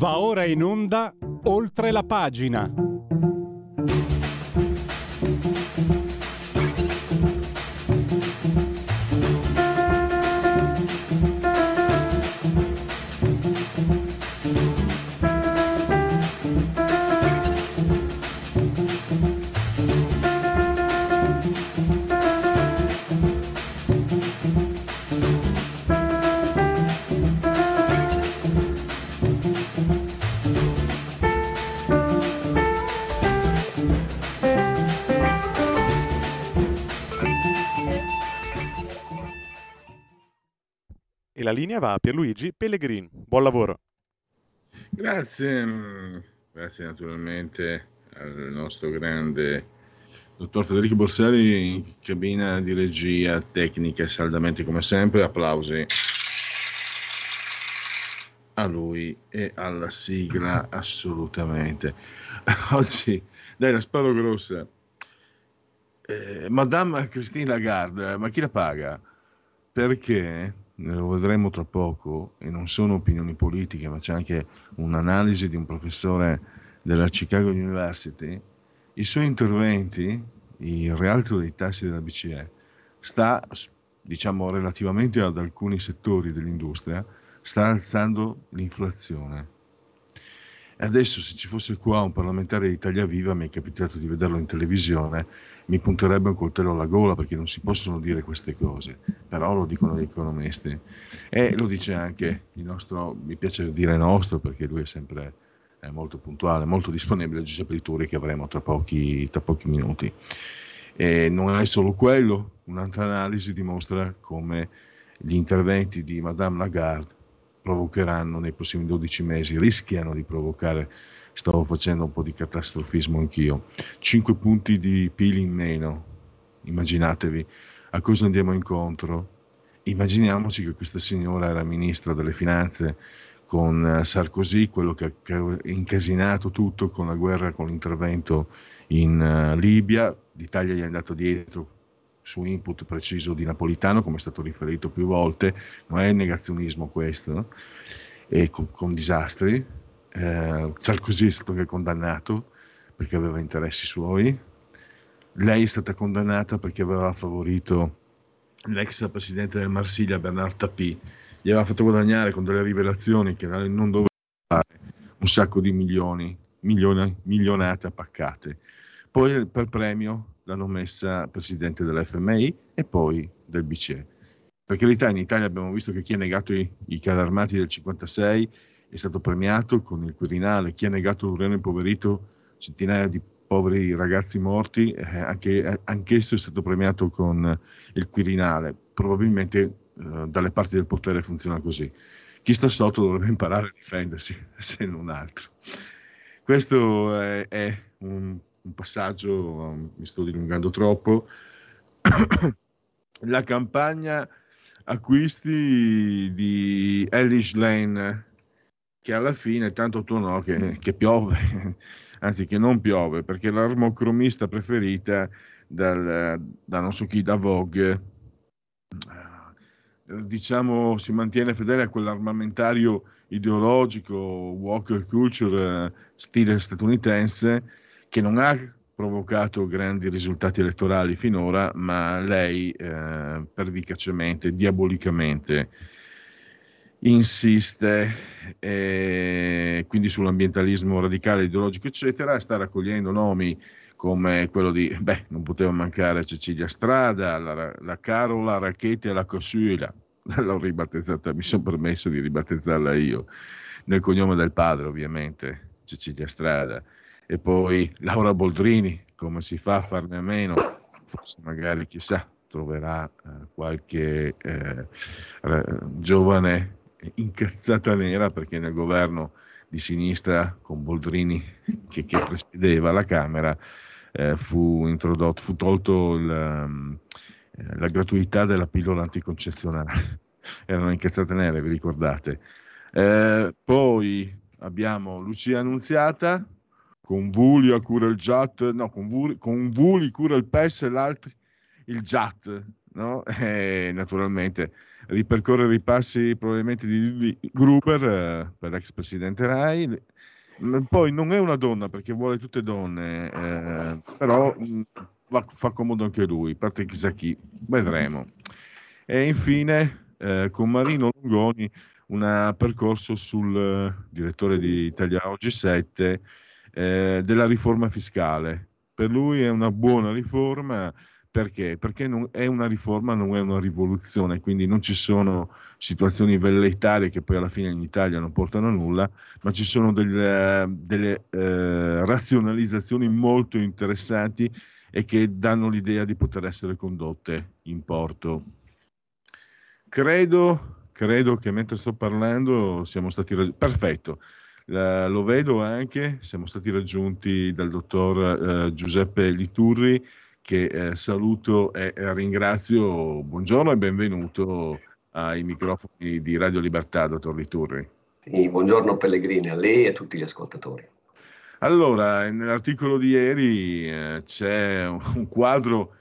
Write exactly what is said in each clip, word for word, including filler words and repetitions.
Va ora in onda Oltre la pagina. E la linea va a Pierluigi Pellegrin. Buon lavoro. Grazie, grazie naturalmente al nostro grande dottor Federico Borsari in cabina di regia tecnica, saldamente come sempre. Applausi a lui e alla sigla, assolutamente. Oggi, dai, la sparo grossa. Eh, Madame Christine Lagarde, ma chi la paga? Perché, lo vedremo tra poco, e non sono opinioni politiche, ma c'è anche un'analisi di un professore della Chicago University, i suoi interventi, il rialzo dei tassi della B C E, sta, diciamo, relativamente ad alcuni settori dell'industria, sta alzando l'inflazione. Adesso, se ci fosse qua un parlamentare di Italia Viva, mi è capitato di vederlo in televisione, mi punterebbe un coltello alla gola, perché non si possono dire queste cose, però lo dicono gli economisti e lo dice anche il nostro, mi piace dire nostro perché lui è sempre è molto puntuale, molto disponibile, Giuseppe Lituri, che avremo tra pochi, tra pochi minuti. E non è solo quello, un'altra analisi dimostra come gli interventi di Madame Lagarde provocheranno nei prossimi dodici mesi, rischiano di provocare, stavo facendo un po' di catastrofismo anch'io, cinque punti di P I L in meno. Immaginatevi a cosa andiamo incontro. Immaginiamoci che questa signora era ministra delle finanze con Sarkozy, quello che ha incasinato tutto con la guerra, con l'intervento in uh, Libia. L'Italia gli è andato dietro su input preciso di Napolitano, come è stato riferito più volte, non è negazionismo questo, no? E con, con disastri. Eh, Sarkozy è stato anche condannato perché aveva interessi suoi. Lei è stata condannata perché aveva favorito l'ex presidente del Marsiglia, Bernard Tapie, gli aveva fatto guadagnare con delle rivelazioni che non doveva fare un sacco di milioni, milioni milionate appaccate. Poi per premio l'hanno messa presidente dell'F M I e poi del B C E. Per carità, in Italia abbiamo visto che chi ha negato i, i carri armati del cinquantasei è stato premiato con il Quirinale, chi ha negato l'uranio impoverito, centinaia di poveri ragazzi morti, eh, anche, eh, anch'esso è stato premiato con il Quirinale. Probabilmente eh, dalle parti del potere funziona così. Chi sta sotto dovrebbe imparare a difendersi, se non altro. Questo è, è un, un passaggio, mi sto dilungando troppo. La campagna acquisti di Elish Lane, che alla fine tanto tu no che, che piove, anzi che non piove, perché l'armocromista preferita dal, da non so chi, da Vogue, diciamo, si mantiene fedele a quell'armamentario ideologico, walker culture, stile statunitense, che non ha provocato grandi risultati elettorali finora, ma lei eh, pervicacemente, diabolicamente insiste, eh, quindi sull'ambientalismo radicale, ideologico, eccetera, sta raccogliendo nomi come quello di, beh, non poteva mancare Cecilia Strada, la, la Carola Rackete e la Cossula, l'ho ribattezzata, mi sono permesso di ribattezzarla io, nel cognome del padre ovviamente, Cecilia Strada, e poi Laura Boldrini, come si fa a farne a meno, forse magari chissà troverà eh, qualche eh, giovane incazzata nera, perché nel governo di sinistra con Boldrini che, che presiedeva la Camera eh, fu introdotto, fu tolto il, um, la gratuità della pillola anticoncezionale. Erano incazzate nere, vi ricordate? Eh, poi abbiamo Lucia Annunziata con Vuli a cura il J A T, no, con Vuli, con Vuli cura il P E S e l'altro il J A T, no? E naturalmente ripercorrere i passi probabilmente di Gruber, eh, per l'ex presidente Rai. Poi non è una donna perché vuole tutte donne, eh, però mh, va- fa comodo anche lui, a parte chissà chi, vedremo. E infine eh, con Marino Longoni un percorso sul eh, direttore di Italia Oggi sette, eh, della riforma fiscale. Per lui è una buona riforma. Perché? Perché non, è una riforma, non è una rivoluzione, quindi non ci sono situazioni velleitarie che poi alla fine in Italia non portano a nulla, ma ci sono delle, delle eh, razionalizzazioni molto interessanti e che danno l'idea di poter essere condotte in porto. Credo, credo che mentre sto parlando siamo stati raggiunti. Perfetto. La- lo vedo anche, siamo stati raggiunti dal dottor eh, Giuseppe Liturri, che eh, saluto e e ringrazio. Buongiorno e benvenuto ai microfoni di Radio Libertà, dottor Liturri. Sì, buongiorno Pellegrini, a lei e a tutti gli ascoltatori. Allora, nell'articolo di ieri eh, c'è un, un quadro.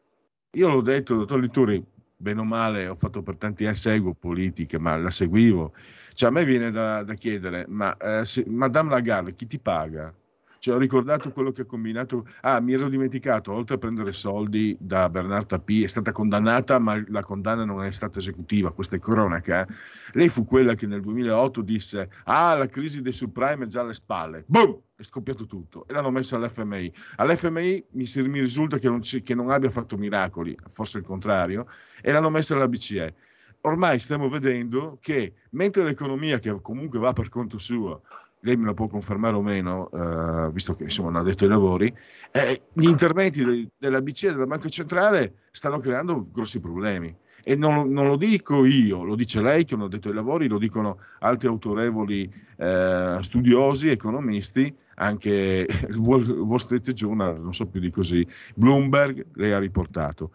Io l'ho detto, dottor Liturri, bene o male, ho fatto per tanti anni, seguo politica, ma la seguivo. Cioè, a me viene da, da chiedere, ma eh, se, Madame Lagarde, chi ti paga? Cioè, ho ricordato quello che ha combinato. Ah, mi ero dimenticato, oltre a prendere soldi da Bernard Tapie, è stata condannata, ma la condanna non è stata esecutiva, questa è cronaca. eh. Lei fu quella che nel duemilaotto disse, ah, la crisi dei subprime è già alle spalle. Boom! È scoppiato tutto. E l'hanno messa all'F M I. All'F M I mi, mi risulta che non, ci, che non abbia fatto miracoli, forse il contrario, e l'hanno messa alla B C E. Ormai stiamo vedendo che mentre l'economia, che comunque va per conto suo, lei me lo può confermare o meno, eh, visto che insomma non ha detto ai lavori, eh, gli interventi de, della B C E e della Banca Centrale stanno creando grossi problemi. E non, non lo dico io, lo dice lei che non ha detto ai lavori, lo dicono altri autorevoli eh, studiosi, economisti, anche il Wall, Wall Street Journal, non so più di così, Bloomberg, lei ha riportato.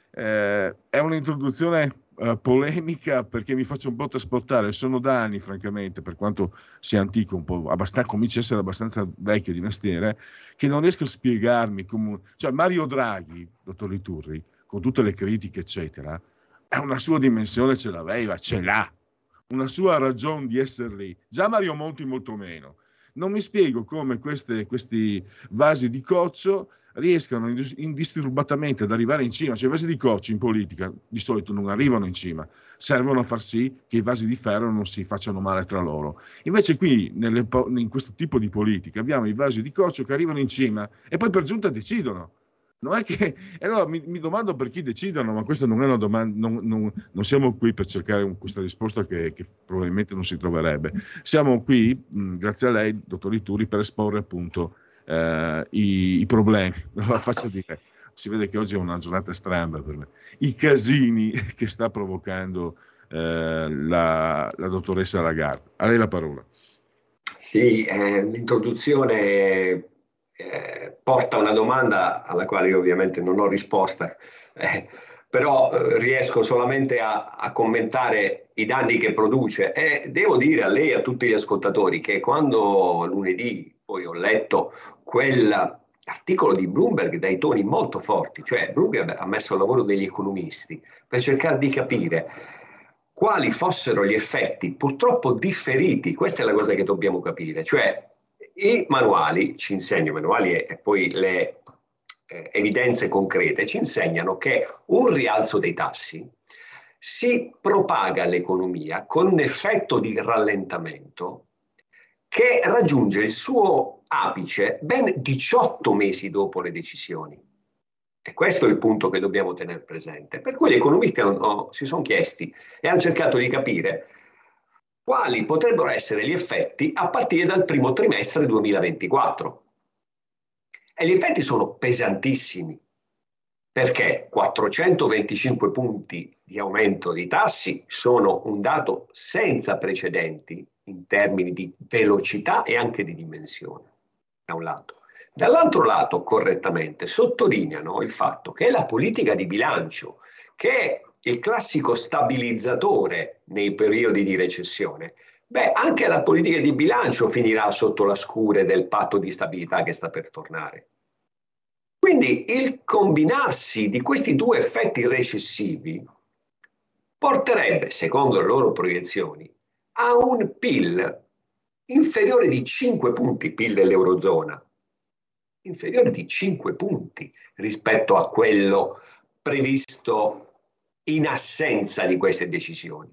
Eh, è un'introduzione eh, polemica perché mi faccio un po' trasportare, sono da anni francamente, per quanto sia antico, un po' abbastanza, comincia a essere abbastanza vecchio di mestiere, che non riesco a spiegarmi come. Cioè Mario Draghi, dottor Liturri, con tutte le critiche eccetera, è una sua dimensione, ce l'aveva, ce l'ha, una sua ragione di essere lì. Già Mario Monti molto meno. Non mi spiego come queste, questi vasi di coccio riescano indisturbatamente ad arrivare in cima. Cioè i vasi di coccio in politica di solito non arrivano in cima, servono a far sì che i vasi di ferro non si facciano male tra loro. Invece qui, nelle, in questo tipo di politica, abbiamo i vasi di coccio che arrivano in cima e poi per giunta decidono. Non è che, e allora mi, mi domando per chi decidono, ma questa non è una domanda, non, non, non siamo qui per cercare questa risposta che, che probabilmente non si troverebbe. Siamo qui, mh, grazie a lei, dottor Liturri, per esporre appunto eh, i, i problemi. La faccio dire, si vede che oggi è una giornata strana per me. I casini che sta provocando eh, la, la dottoressa Lagarde. A lei la parola. Sì, eh, l'introduzione eh, porta una domanda alla quale io ovviamente non ho risposta, eh, però eh, riesco solamente a, a commentare i danni che produce e devo dire a lei e a tutti gli ascoltatori che quando lunedì poi ho letto quell'articolo di Bloomberg dai toni molto forti, cioè Bloomberg ha messo al lavoro degli economisti per cercare di capire quali fossero gli effetti purtroppo differiti, questa è la cosa che dobbiamo capire, cioè i manuali ci insegnano, i manuali e, e poi le eh, evidenze concrete ci insegnano che un rialzo dei tassi si propaga all'economia con un effetto di rallentamento che raggiunge il suo apice ben diciotto mesi dopo le decisioni. E questo è il punto che dobbiamo tenere presente. Per cui gli economisti hanno, si sono chiesti e hanno cercato di capire quali potrebbero essere gli effetti a partire dal primo trimestre duemilaventiquattro. E gli effetti sono pesantissimi, perché quattrocentoventicinque punti di aumento dei tassi sono un dato senza precedenti in termini di velocità e anche di dimensione, da un lato. Dall'altro lato, correttamente, sottolineano il fatto che la politica di bilancio, che è il classico stabilizzatore nei periodi di recessione, beh, anche la politica di bilancio finirà sotto la scure del patto di stabilità che sta per tornare. Quindi il combinarsi di questi due effetti recessivi porterebbe, secondo le loro proiezioni, a un P I L inferiore di cinque punti, P I L dell'Eurozona, inferiore di cinque punti rispetto a quello previsto in assenza di queste decisioni.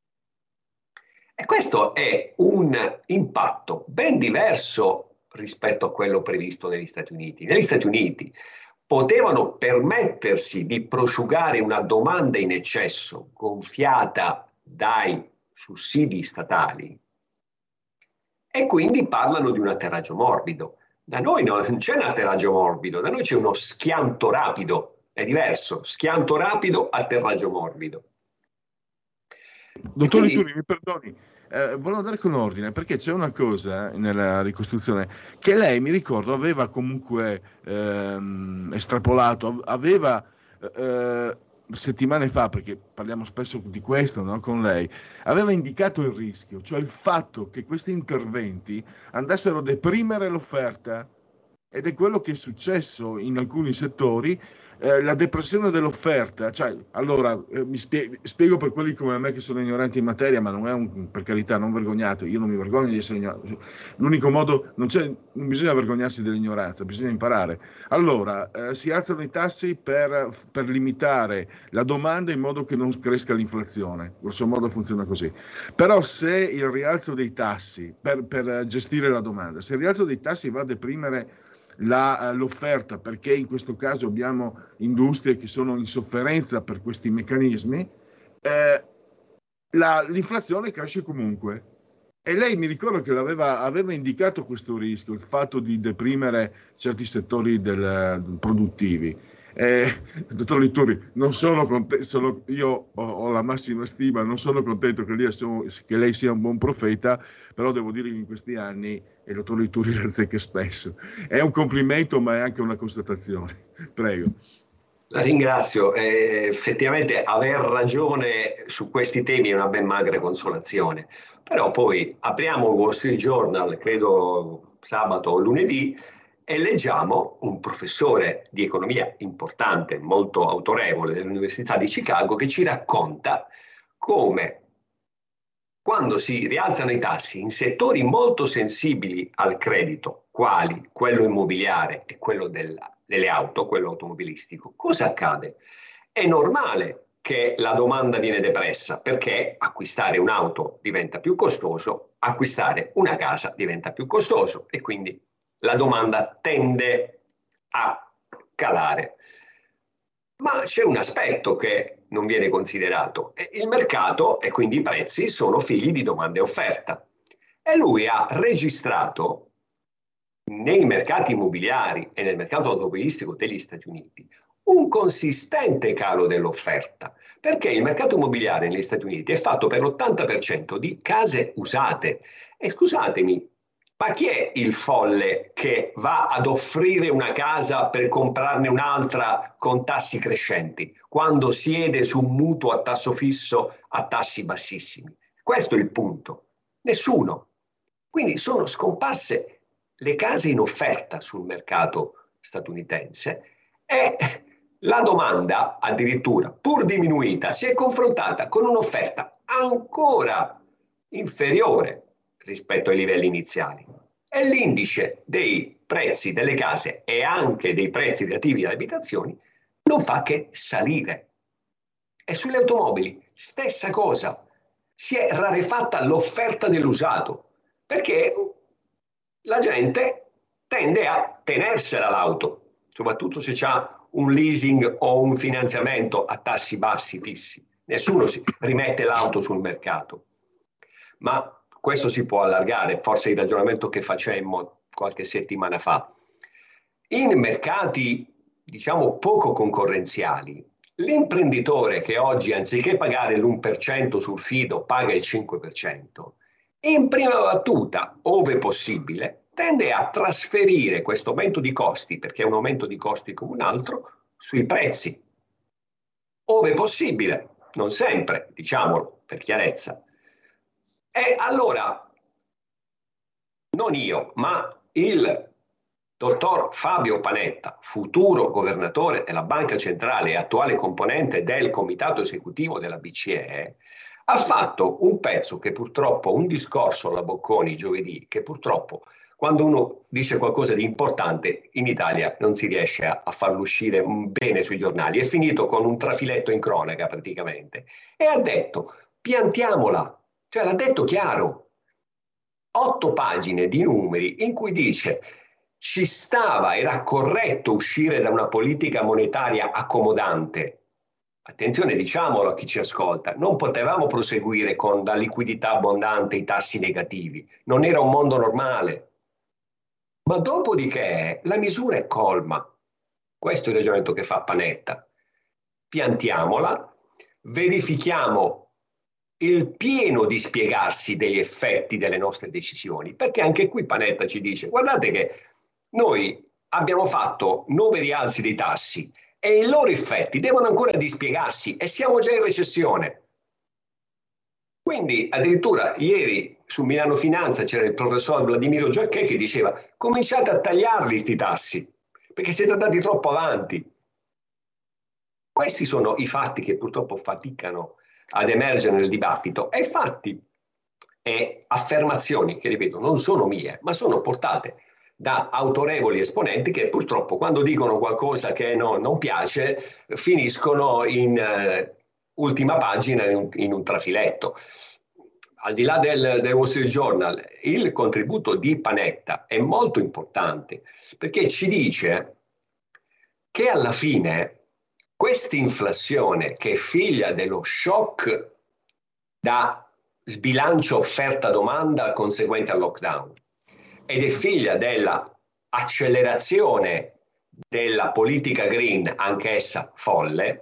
E questo è un impatto ben diverso rispetto a quello previsto negli Stati Uniti. Negli Stati Uniti potevano permettersi di prosciugare una domanda in eccesso gonfiata dai sussidi statali e quindi parlano di un atterraggio morbido. Da noi non c'è un atterraggio morbido, da noi c'è uno schianto rapido, è diverso, schianto rapido, atterraggio morbido. Dottor quindi... Liturri, mi perdoni, eh, volevo andare con ordine perché c'è una cosa nella ricostruzione che lei, mi ricordo, aveva comunque ehm, estrapolato, aveva eh, settimane fa, perché parliamo spesso di questo, no, con lei, aveva indicato il rischio, cioè il fatto che questi interventi andassero a deprimere l'offerta. Ed è quello che è successo in alcuni settori, eh, la depressione dell'offerta. Cioè, allora, eh, mi spie- spiego per quelli come me che sono ignoranti in materia, ma non è un, per carità, non vergognato, io non mi vergogno di essere ignorante. L'unico modo, non, c'è, non bisogna vergognarsi dell'ignoranza, bisogna imparare. Allora, eh, si alzano i tassi per, per limitare la domanda in modo che non cresca l'inflazione, grosso modo funziona così. Però se il rialzo dei tassi, per, per gestire la domanda, se il rialzo dei tassi va a deprimere La, l'offerta, perché in questo caso abbiamo industrie che sono in sofferenza per questi meccanismi, eh, la, l'inflazione cresce comunque. E lei mi ricordo che l'aveva, aveva indicato questo rischio, il fatto di deprimere certi settori del, produttivi. Eh, dottor Liturri, non sono contento, sono, io ho, ho la massima stima, non sono contento che lei, che lei sia un buon profeta, però devo dire che in questi anni, e il dottor Liturri la azzecca spesso, è un complimento ma è anche una constatazione. Prego. La ringrazio, eh, effettivamente aver ragione su questi temi è una ben magra consolazione, però poi apriamo Wall Street Journal, credo sabato o lunedì, e leggiamo un professore di economia importante, molto autorevole dell'Università di Chicago, che ci racconta come quando si rialzano i tassi in settori molto sensibili al credito, quali quello immobiliare e quello della, delle auto, quello automobilistico, cosa accade? È normale che la domanda viene depressa perché acquistare un'auto diventa più costoso, acquistare una casa diventa più costoso e quindi la domanda tende a calare. Ma c'è un aspetto che non viene considerato. Il mercato e quindi i prezzi sono figli di domanda e offerta. E lui ha registrato nei mercati immobiliari e nel mercato automobilistico degli Stati Uniti un consistente calo dell'offerta, perché il mercato immobiliare negli Stati Uniti è fatto per l'ottanta per cento di case usate. E scusatemi, ma chi è il folle che va ad offrire una casa per comprarne un'altra con tassi crescenti, quando siede su un mutuo a tasso fisso a tassi bassissimi? Questo è il punto. Nessuno. Quindi sono scomparse le case in offerta sul mercato statunitense e la domanda, addirittura pur diminuita, si è confrontata con un'offerta ancora inferiore rispetto ai livelli iniziali. E l'indice dei prezzi delle case e anche dei prezzi relativi alle abitazioni non fa che salire. E sulle automobili, stessa cosa. Si è rarefatta l'offerta dell'usato, perché la gente tende a tenersela l'auto, soprattutto se c'ha un leasing o un finanziamento a tassi bassi fissi. Nessuno si rimette l'auto sul mercato. Ma questo si può allargare, forse il ragionamento che facemmo qualche settimana fa. In mercati, diciamo, poco concorrenziali, l'imprenditore che oggi, anziché pagare l'uno per cento sul fido, paga il cinque per cento, in prima battuta, ove possibile, tende a trasferire questo aumento di costi, perché è un aumento di costi come un altro, sui prezzi. Ove possibile, non sempre, diciamolo per chiarezza. E allora, non io, ma il Dottor Fabio Panetta, futuro governatore della Banca Centrale e attuale componente del comitato esecutivo della B C E, ha fatto un pezzo che purtroppo, un discorso alla Bocconi giovedì, che purtroppo quando uno dice qualcosa di importante in Italia non si riesce a, a farlo uscire bene sui giornali. È finito con un trafiletto in cronaca praticamente. E ha detto, piantiamola, cioè l'ha detto chiaro. Otto pagine di numeri in cui dice ci stava, era corretto uscire da una politica monetaria accomodante. Attenzione, diciamolo a chi ci ascolta, non potevamo proseguire con la liquidità abbondante, i tassi negativi. Non era un mondo normale. Ma dopodiché la misura è colma. Questo è il ragionamento che fa Panetta. Piantiamola, verifichiamo il pieno dispiegarsi degli effetti delle nostre decisioni, perché anche qui Panetta ci dice, guardate che noi abbiamo fatto nove rialzi dei tassi e i loro effetti devono ancora dispiegarsi e siamo già in recessione. Quindi addirittura ieri su Milano Finanza c'era il professor Vladimiro Giacché che diceva cominciate a tagliarli sti tassi perché siete andati troppo avanti. Questi sono i fatti che purtroppo faticano ad emergere nel dibattito e fatti e affermazioni che, ripeto, non sono mie, ma sono portate da autorevoli esponenti che purtroppo quando dicono qualcosa che no, non piace finiscono in eh, ultima pagina in un, in un trafiletto. Al di là del, del Wall Street Journal, il contributo di Panetta è molto importante perché ci dice che alla fine questa inflazione che è figlia dello shock da sbilancio offerta-domanda conseguente al lockdown ed è figlia della accelerazione della politica green, anch'essa folle,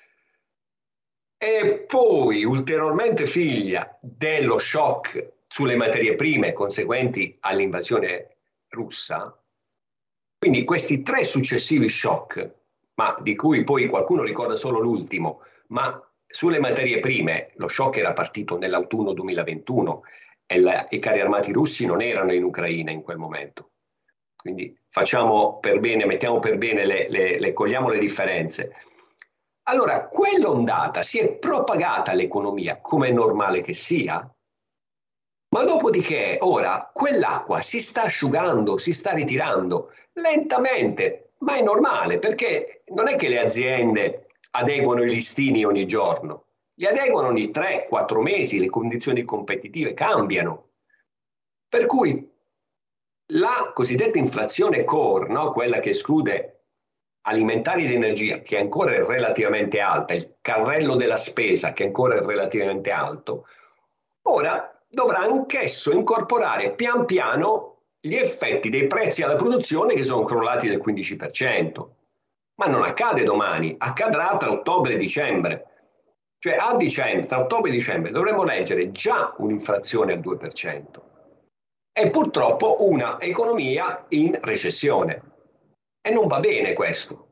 e poi ulteriormente figlia dello shock sulle materie prime conseguenti all'invasione russa. Quindi questi tre successivi shock, ma di cui poi qualcuno ricorda solo l'ultimo, ma sulle materie prime lo shock era partito nell'autunno duemilaventuno e la, i carri armati russi non erano in Ucraina in quel momento. Quindi facciamo per bene, mettiamo per bene, le, le, le cogliamo le differenze. Allora, quell'ondata si è propagata all'economia, come è normale che sia, ma dopodiché ora quell'acqua si sta asciugando, si sta ritirando lentamente, ma è normale perché non è che le aziende adeguano i listini ogni giorno, li adeguano ogni tre quattro mesi, le condizioni competitive cambiano. Per cui la cosiddetta inflazione core, no? Quella che esclude alimentari ed energia, che ancora è relativamente alta, il carrello della spesa, che ancora è relativamente alto, ora dovrà anch'esso incorporare pian piano gli effetti dei prezzi alla produzione che sono crollati del quindici per cento. Ma non accade domani, accadrà tra ottobre e dicembre. Cioè a dicembre, tra ottobre e dicembre dovremo leggere già un'inflazione al due per cento e purtroppo una economia in recessione. E non va bene questo.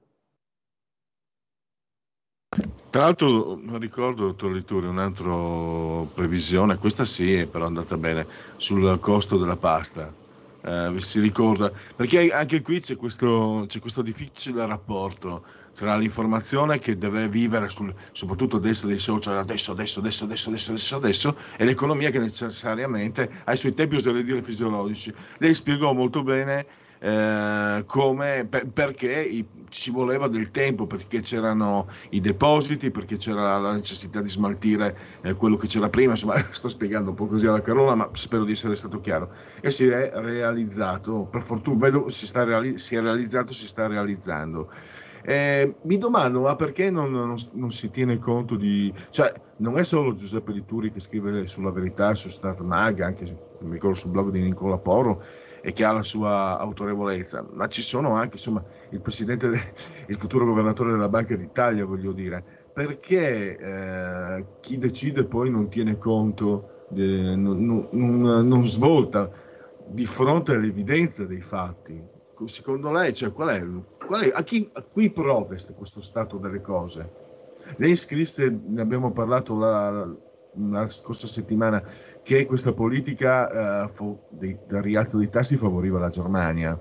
Tra l'altro ricordo, dottor Litturi, un'altra previsione, questa sì è però andata bene, sul costo della pasta. Eh, si ricorda, perché anche qui c'è questo, c'è questo difficile rapporto tra l'informazione che deve vivere sul, soprattutto adesso dei social, adesso, adesso, adesso, adesso, adesso, adesso, adesso, e l'economia che necessariamente ha i suoi tempi, oserei dire, fisiologici. Lei spiegò molto bene eh, come, per, perché i, ci voleva del tempo, perché c'erano i depositi, perché c'era la necessità di smaltire eh, quello che c'era prima, insomma sto spiegando un po' così alla Carola, ma spero di essere stato chiaro. E si è realizzato, per fortuna vedo si, sta reali- si è realizzato, si sta realizzando. Eh, mi domando, ma perché non, non, non si tiene conto di... Cioè, non è solo Giuseppe Litturi che scrive sulla Verità, su Start Mag, anche mi ricordo sul blog di Nicola Porro, e che ha la sua autorevolezza, ma ci sono anche, insomma, il presidente, de, il futuro governatore della Banca d'Italia, voglio dire, perché eh, chi decide poi non tiene conto, de, non, non, non svolta di fronte all'evidenza dei fatti. Secondo lei, cioè, qual è, qual è a chi a cui protesta questo stato delle cose? Lei scrisse, ne abbiamo parlato la, la scorsa settimana, che questa politica uh, fo, dei, del rialzo dei tassi favoriva la Germania,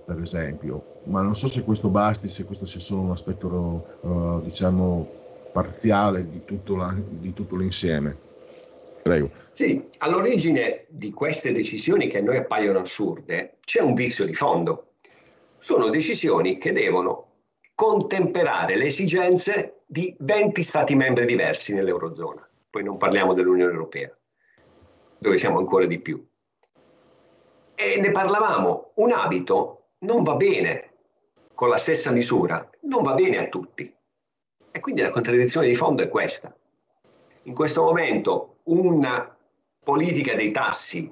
per esempio, ma non so se questo basti, se questo sia solo un aspetto uh, diciamo parziale di tutto, la, di tutto l'insieme. Prego. Sì, all'origine di queste decisioni che a noi appaiono assurde c'è un vizio di fondo. Sono decisioni che devono contemperare le esigenze di venti Stati membri diversi nell'Eurozona. Poi non parliamo dell'Unione Europea, dove siamo ancora di più. E ne parlavamo, un abito non va bene con la stessa misura, non va bene a tutti. E quindi la contraddizione di fondo è questa. In questo momento una politica dei tassi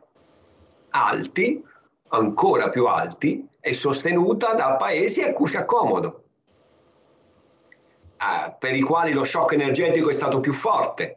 alti, ancora più alti, è sostenuta da paesi a cui fa comodo, eh, per i quali lo shock energetico è stato più forte.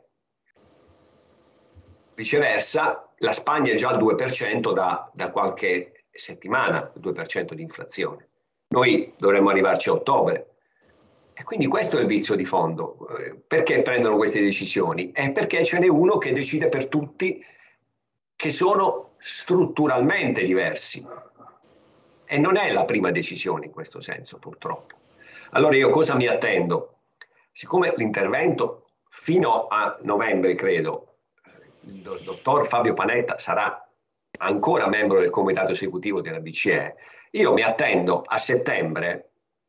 Viceversa, la Spagna è già al due per cento da, da qualche settimana, il due per cento di inflazione. Noi dovremmo arrivarci a ottobre. E quindi questo è il vizio di fondo. Perché prendono queste decisioni? È perché ce n'è uno che decide per tutti, che sono strutturalmente diversi. E non è la prima decisione in questo senso, purtroppo. Allora io cosa mi attendo? Siccome l'intervento fino a novembre, credo, il dottor Fabio Panetta sarà ancora membro del comitato esecutivo della B C E, io mi attendo a settembre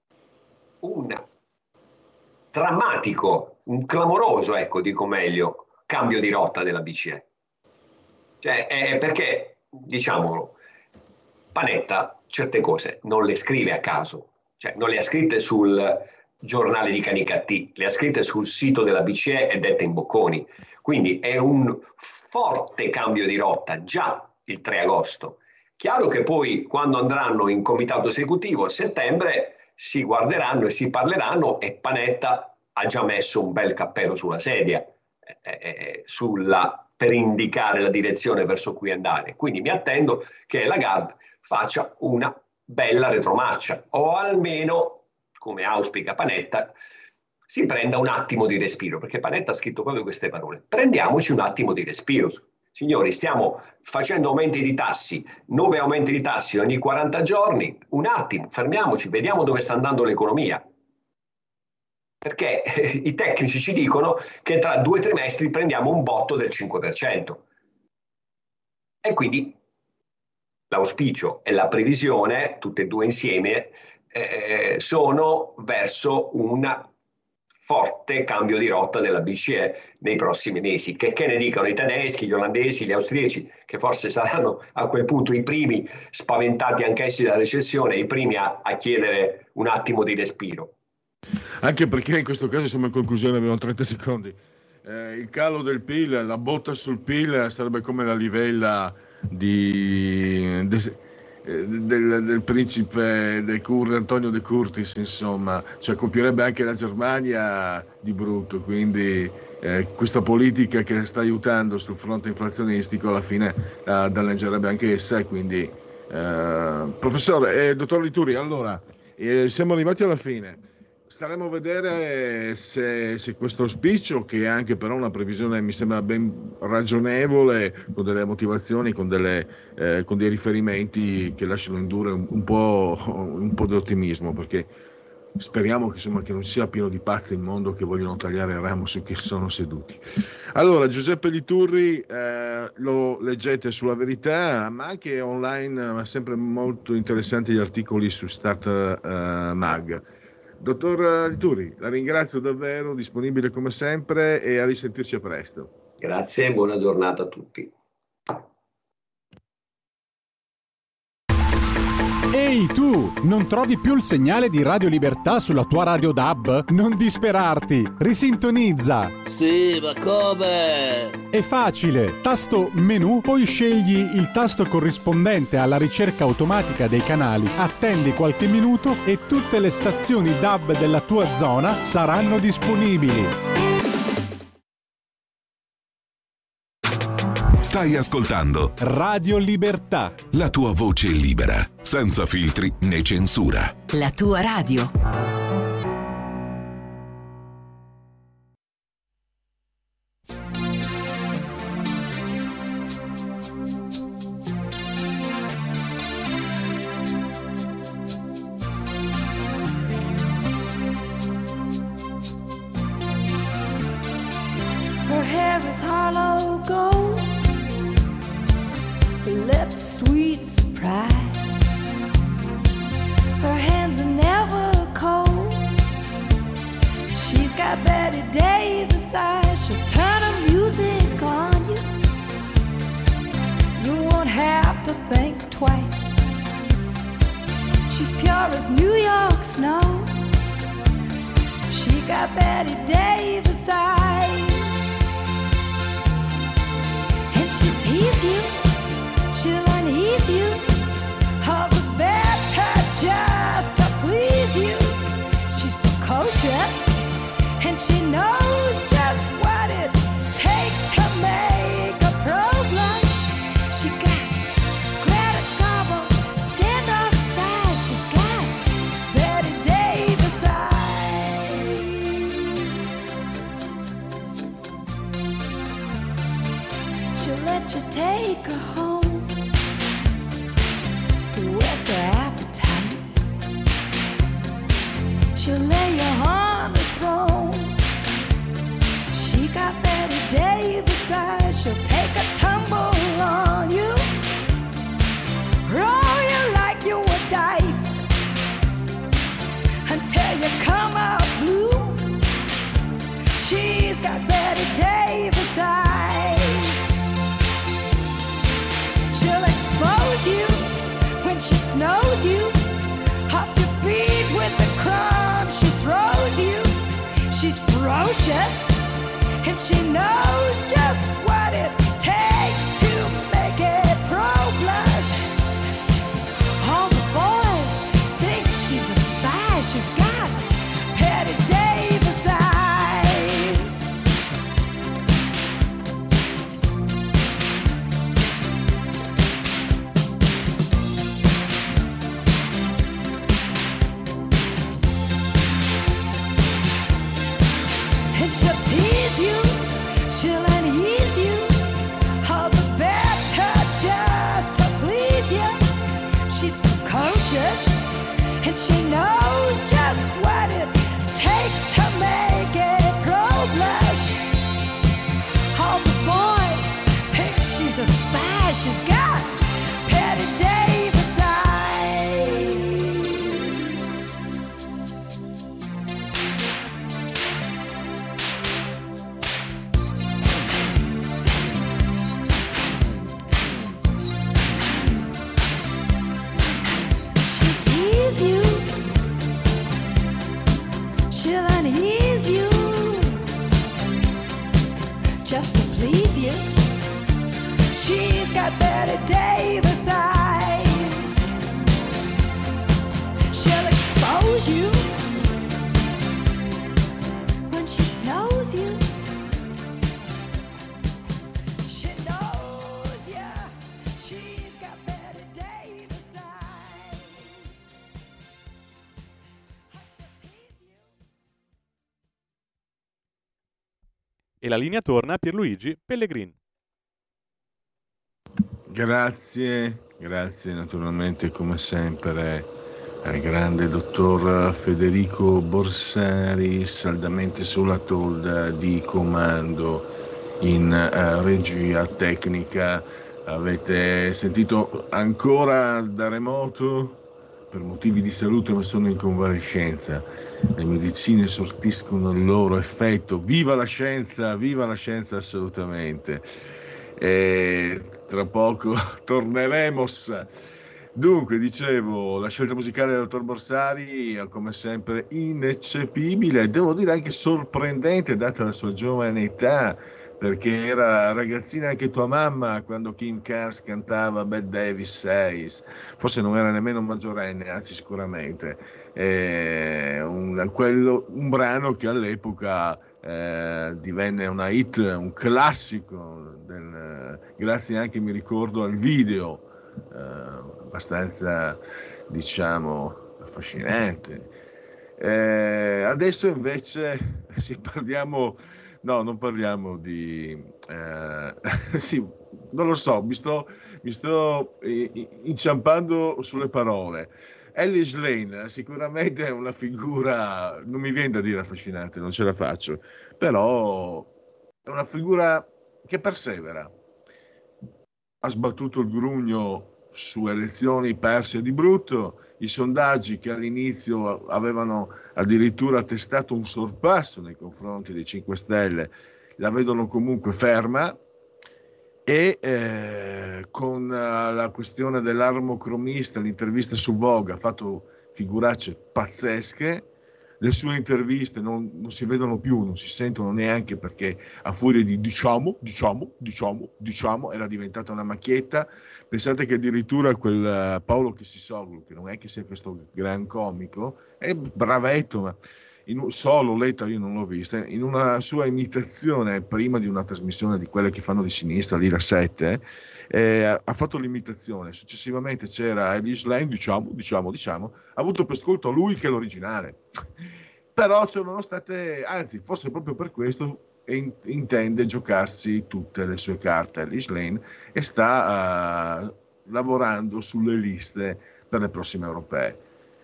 un drammatico, un clamoroso, ecco, dico meglio, cambio di rotta della B C E. Cioè, è perché, diciamolo, Panetta certe cose non le scrive a caso, cioè non le ha scritte sul giornale di Canicattì, le ha scritte sul sito della B C E e dette in bocconi. Quindi è un forte cambio di rotta già il tre agosto. Chiaro che poi quando andranno in comitato esecutivo a settembre si guarderanno e si parleranno e Panetta ha già messo un bel cappello sulla sedia eh, eh, sulla, per indicare la direzione verso cui andare. Quindi mi attendo che Lagarde faccia una bella retromarcia o almeno, come auspica Panetta, si prenda un attimo di respiro, perché Panetta ha scritto proprio queste parole. Prendiamoci un attimo di respiro. Signori, stiamo facendo aumenti di tassi, nove aumenti di tassi ogni quaranta giorni, un attimo, fermiamoci, vediamo dove sta andando l'economia. Perché eh, i tecnici ci dicono che tra due trimestri prendiamo un botto del cinque per cento. E quindi l'auspicio e la previsione, tutte e due insieme, eh, sono verso un forte cambio di rotta della B C E nei prossimi mesi. Che, che ne dicano i tedeschi, gli olandesi, gli austriaci, che forse saranno a quel punto i primi spaventati anch'essi dalla recessione, i primi a, a chiedere un attimo di respiro. Anche perché in questo caso, insomma, in conclusione, abbiamo trenta secondi. Eh, il calo del P I L, la botta sul P I L sarebbe come la livella di, de, del, del principe De Cur, Antonio De Curtis, insomma, cioè colpirebbe anche la Germania di brutto, quindi eh, questa politica che sta aiutando sul fronte inflazionistico alla fine eh, danneggerebbe anche essa. E quindi eh, professore, eh, dottor Liturri, allora eh, siamo arrivati alla fine. Staremo a vedere se, se questo auspicio, che è anche però una previsione mi sembra ben ragionevole, con delle motivazioni, con, delle, eh, con dei riferimenti che lasciano indurre un, un, po', un po' di ottimismo, perché speriamo che, insomma, che non sia pieno di pazzi il mondo che vogliono tagliare il ramo su cui sono seduti. Allora, Giuseppe Liturri, eh, lo leggete sulla Verità, ma anche online, ma sempre molto interessanti gli articoli su Start eh, Mag. Dottor Liturri, la ringrazio davvero, disponibile come sempre, e a risentirci a presto. Grazie e buona giornata a tutti. Ehi tu, non trovi più il segnale di Radio Libertà sulla tua radio D A B? Non disperarti, risintonizza! Sì, ma come? È facile, tasto menu, poi scegli il tasto corrispondente alla ricerca automatica dei canali, attendi qualche minuto e tutte le stazioni D A B della tua zona saranno disponibili. Stai ascoltando Radio Libertà, la tua voce libera, senza filtri né censura. La tua radio. sweet surprise. Her hands are never cold. She's got Betty Davis eyes. She'll turn her music on you. You won't have to think twice. She's pure as New York snow. She got Betty Davis eyes. And she'll tease you, she'll unease you, all the better just to please you. She's precocious, and she knows just what it takes to make a pro blush. She got Greta Garbo, standoff size. She's got Betty Davis eyes. She'll let you take her home, whets her appetite. She'll lay you on the throne. She got Betty Davis eyes. She'll take a tumble on you, roll you like you were dice, until you come out blue. She's got Betty Davis eyes. She'll expose you when she snows you off your feet with the crumbs she throws you. She's ferocious, and she knows just what it takes to make it pro blush. All the boys think she's a spy. She's got Betty Davis eyes. And she'll tease you, she'll unease you, all the better just to please you. She's precocious, and she knows just what it takes to make it pro blush. All the boys think she's a spy. She's got Betty Davis eyes. She'll tease you, she'll unease you, just to please you. She's got Betty Davis eyes. She'll expose you when she snows you. She knows ya. She's got Betty Davis eyes. She'll tease you. E la linea torna a Pierluigi Pellegrin. Grazie, grazie naturalmente come sempre al grande dottor Federico Borsari, saldamente sulla tolda di comando in uh, regia tecnica. Avete sentito ancora da remoto? Per motivi di salute ma sono in convalescenza. Le medicine sortiscono il loro effetto. Viva la scienza, viva la scienza assolutamente. E tra poco torneremo. Dunque, dicevo, la scelta musicale del dottor Borsari è come sempre ineccepibile, devo dire anche sorprendente data la sua giovane età, perché era ragazzina anche tua mamma quando Kim Carnes cantava Bette Davis Says, forse non era nemmeno maggiorenne, anzi sicuramente è un, quello, un brano che all'epoca eh, divenne una hit, un classico del, grazie anche mi ricordo al video eh, abbastanza diciamo affascinante. Eh, adesso invece sì, parliamo no non parliamo di eh, sì, non lo so, mi sto, mi sto inciampando sulle parole. Alice Lane sicuramente è una figura, non mi viene da dire affascinante, non ce la faccio, però è una figura che persevera. ha sbattuto il grugno su elezioni perse di brutto, i sondaggi che all'inizio avevano addirittura attestato un sorpasso nei confronti dei cinque Stelle la vedono comunque ferma, e eh, con uh, la questione dell'armocromista, l'intervista su Vogue ha fatto figuracce pazzesche. Le sue interviste non, non si vedono più, non si sentono neanche, perché a furia di diciamo, diciamo, diciamo, diciamo era diventata una macchietta. Pensate che addirittura quel uh, Paolo Chessisoglu, che non è che sia questo gran comico, è bravetto, ma in, solo Letta io non l'ho vista, in una sua imitazione prima di una trasmissione di quelle che fanno di sinistra, l'Ira sette, eh, ha fatto l'imitazione, successivamente c'era Elise Lane, diciamo, diciamo, diciamo, ha avuto per ascolto lui che è l'originale. Però sono state, anzi forse proprio per questo in, intende giocarsi tutte le sue carte Elise Lane, e sta uh, lavorando sulle liste per le prossime europee.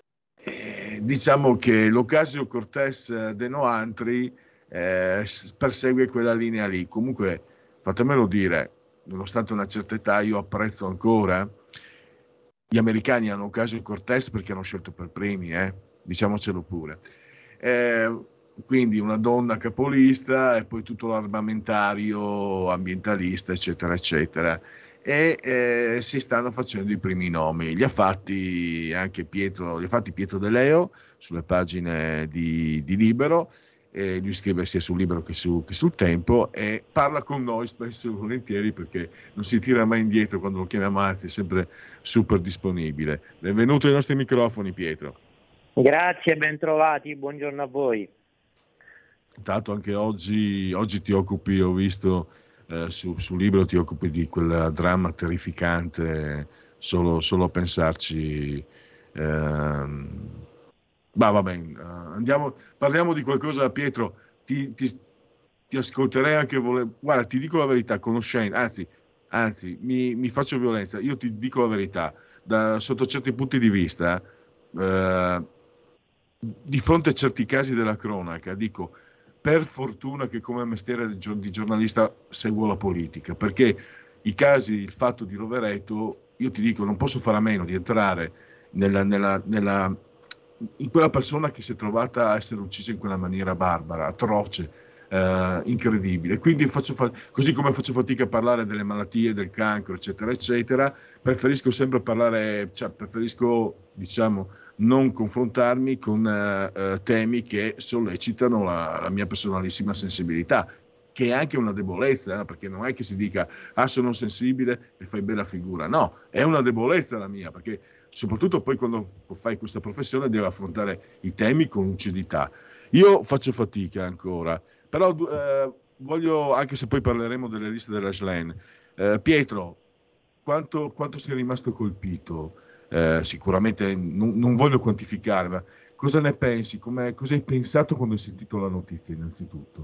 Eh, diciamo che l'Ocasio-Cortez de Noantri eh, persegue quella linea lì. Comunque, fatemelo dire, nonostante una certa età, io apprezzo ancora. Gli americani hanno Ocasio-Cortez perché hanno scelto per primi, eh? Diciamocelo pure. Eh, quindi una donna capolista e poi tutto l'armamentario ambientalista, eccetera, eccetera. E eh, si stanno facendo i primi nomi. Li ha fatti anche Pietro, li ha fatti Pietro De Leo sulle pagine di, di Libero, e lui scrive sia sul Libero che, su, che sul Tempo, e parla con noi spesso e volentieri, perché non si tira mai indietro quando lo chiamiamo, anzi è sempre super disponibile. Benvenuto ai nostri microfoni, Pietro. Grazie, ben trovati, buongiorno a voi. Intanto anche oggi, oggi ti occupi, ho visto eh, su, sul Libro, ti occupi di quel dramma terrificante, solo, solo a pensarci. Ehm, ma va bene, andiamo, parliamo di qualcosa. Pietro, ti, ti, ti ascolterei anche, vole... guarda, ti dico la verità, conoscendo, anzi, anzi mi, mi faccio violenza, io ti dico la verità, da, sotto certi punti di vista, eh, di fronte a certi casi della cronaca, dico, per fortuna che come mestiere di giornalista seguo la politica, perché i casi, il fatto di Rovereto, io ti dico, non posso fare a meno di entrare nella, nella, nella, in quella persona che si è trovata a essere uccisa in quella maniera barbara, atroce, eh, incredibile. Quindi faccio fa- così come faccio fatica a parlare delle malattie, del cancro, eccetera, eccetera, preferisco sempre parlare, cioè preferisco, diciamo, non confrontarmi con uh, uh, temi che sollecitano la, la mia personalissima sensibilità, che è anche una debolezza, eh, perché non è che si dica ah sono sensibile e fai bella figura, no, è una debolezza la mia, perché soprattutto poi quando fai questa professione devi affrontare i temi con lucidità. Io faccio fatica ancora, però eh, voglio, anche se poi parleremo delle liste della Schlein, eh, Pietro, quanto, quanto sei rimasto colpito? Eh, sicuramente non, non voglio quantificare, ma cosa ne pensi? Com'è, cosa hai pensato quando hai sentito la notizia innanzitutto?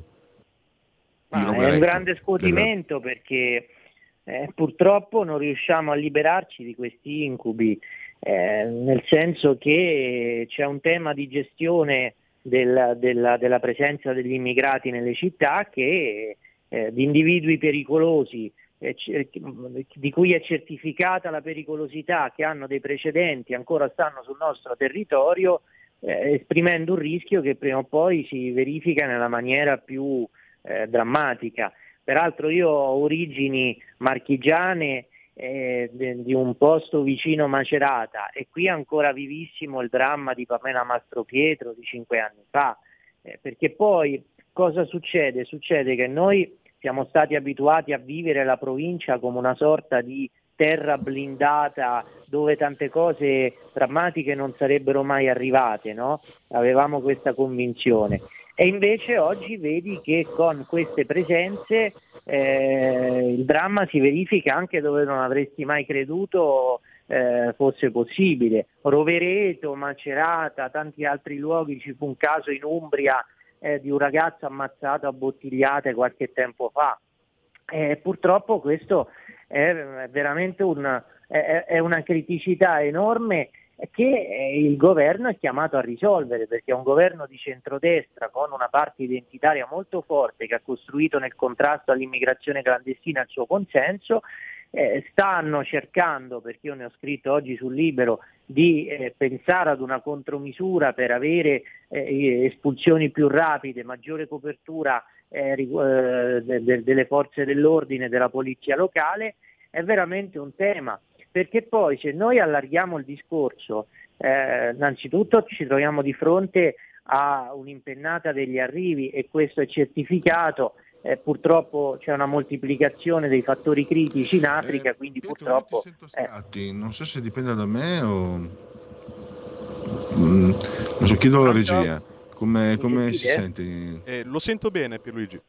Ah, è un grande scuotimento della... perché eh, purtroppo non riusciamo a liberarci di questi incubi, eh, nel senso che c'è un tema di gestione del, della, della presenza degli immigrati nelle città che eh, di individui pericolosi di cui è certificata la pericolosità, che hanno dei precedenti, ancora stanno sul nostro territorio, eh, esprimendo un rischio che prima o poi si verifica nella maniera più eh, drammatica. Peraltro io ho origini marchigiane eh, de, di un posto vicino Macerata, e qui è ancora vivissimo il dramma di Pamela Mastropietro di cinque anni fa, eh, perché poi cosa succede? Succede che noi siamo stati abituati a vivere la provincia come una sorta di terra blindata dove tante cose drammatiche non sarebbero mai arrivate, no? Avevamo questa convinzione. E invece oggi vedi che con queste presenze eh, il dramma si verifica anche dove non avresti mai creduto eh, fosse possibile. Rovereto, Macerata, tanti altri luoghi, ci fu un caso in Umbria Eh, di un ragazzo ammazzato a bottigliate qualche tempo fa. Eh, purtroppo questo è veramente un, è, è una criticità enorme che il governo è chiamato a risolvere, perché è un governo di centrodestra con una parte identitaria molto forte che ha costruito nel contrasto all'immigrazione clandestina il suo consenso, eh, stanno cercando, perché io ne ho scritto oggi sul Libero, di eh, pensare ad una contromisura per avere eh, espulsioni più rapide, maggiore copertura eh, eh, de- de- delle forze dell'ordine, della polizia locale, è veramente un tema, perché poi se noi allarghiamo il discorso, eh, innanzitutto ci troviamo di fronte a un'impennata degli arrivi e questo è certificato. Eh, purtroppo c'è una moltiplicazione dei fattori critici in Africa, Eh, quindi Pietro, purtroppo io ti sento a eh, scatti, non so se dipende da me o... Mm, non so, chiedo alla Pronto? regia, come, Mi come si sentite? sente? Eh, lo sento bene, Pierluigi.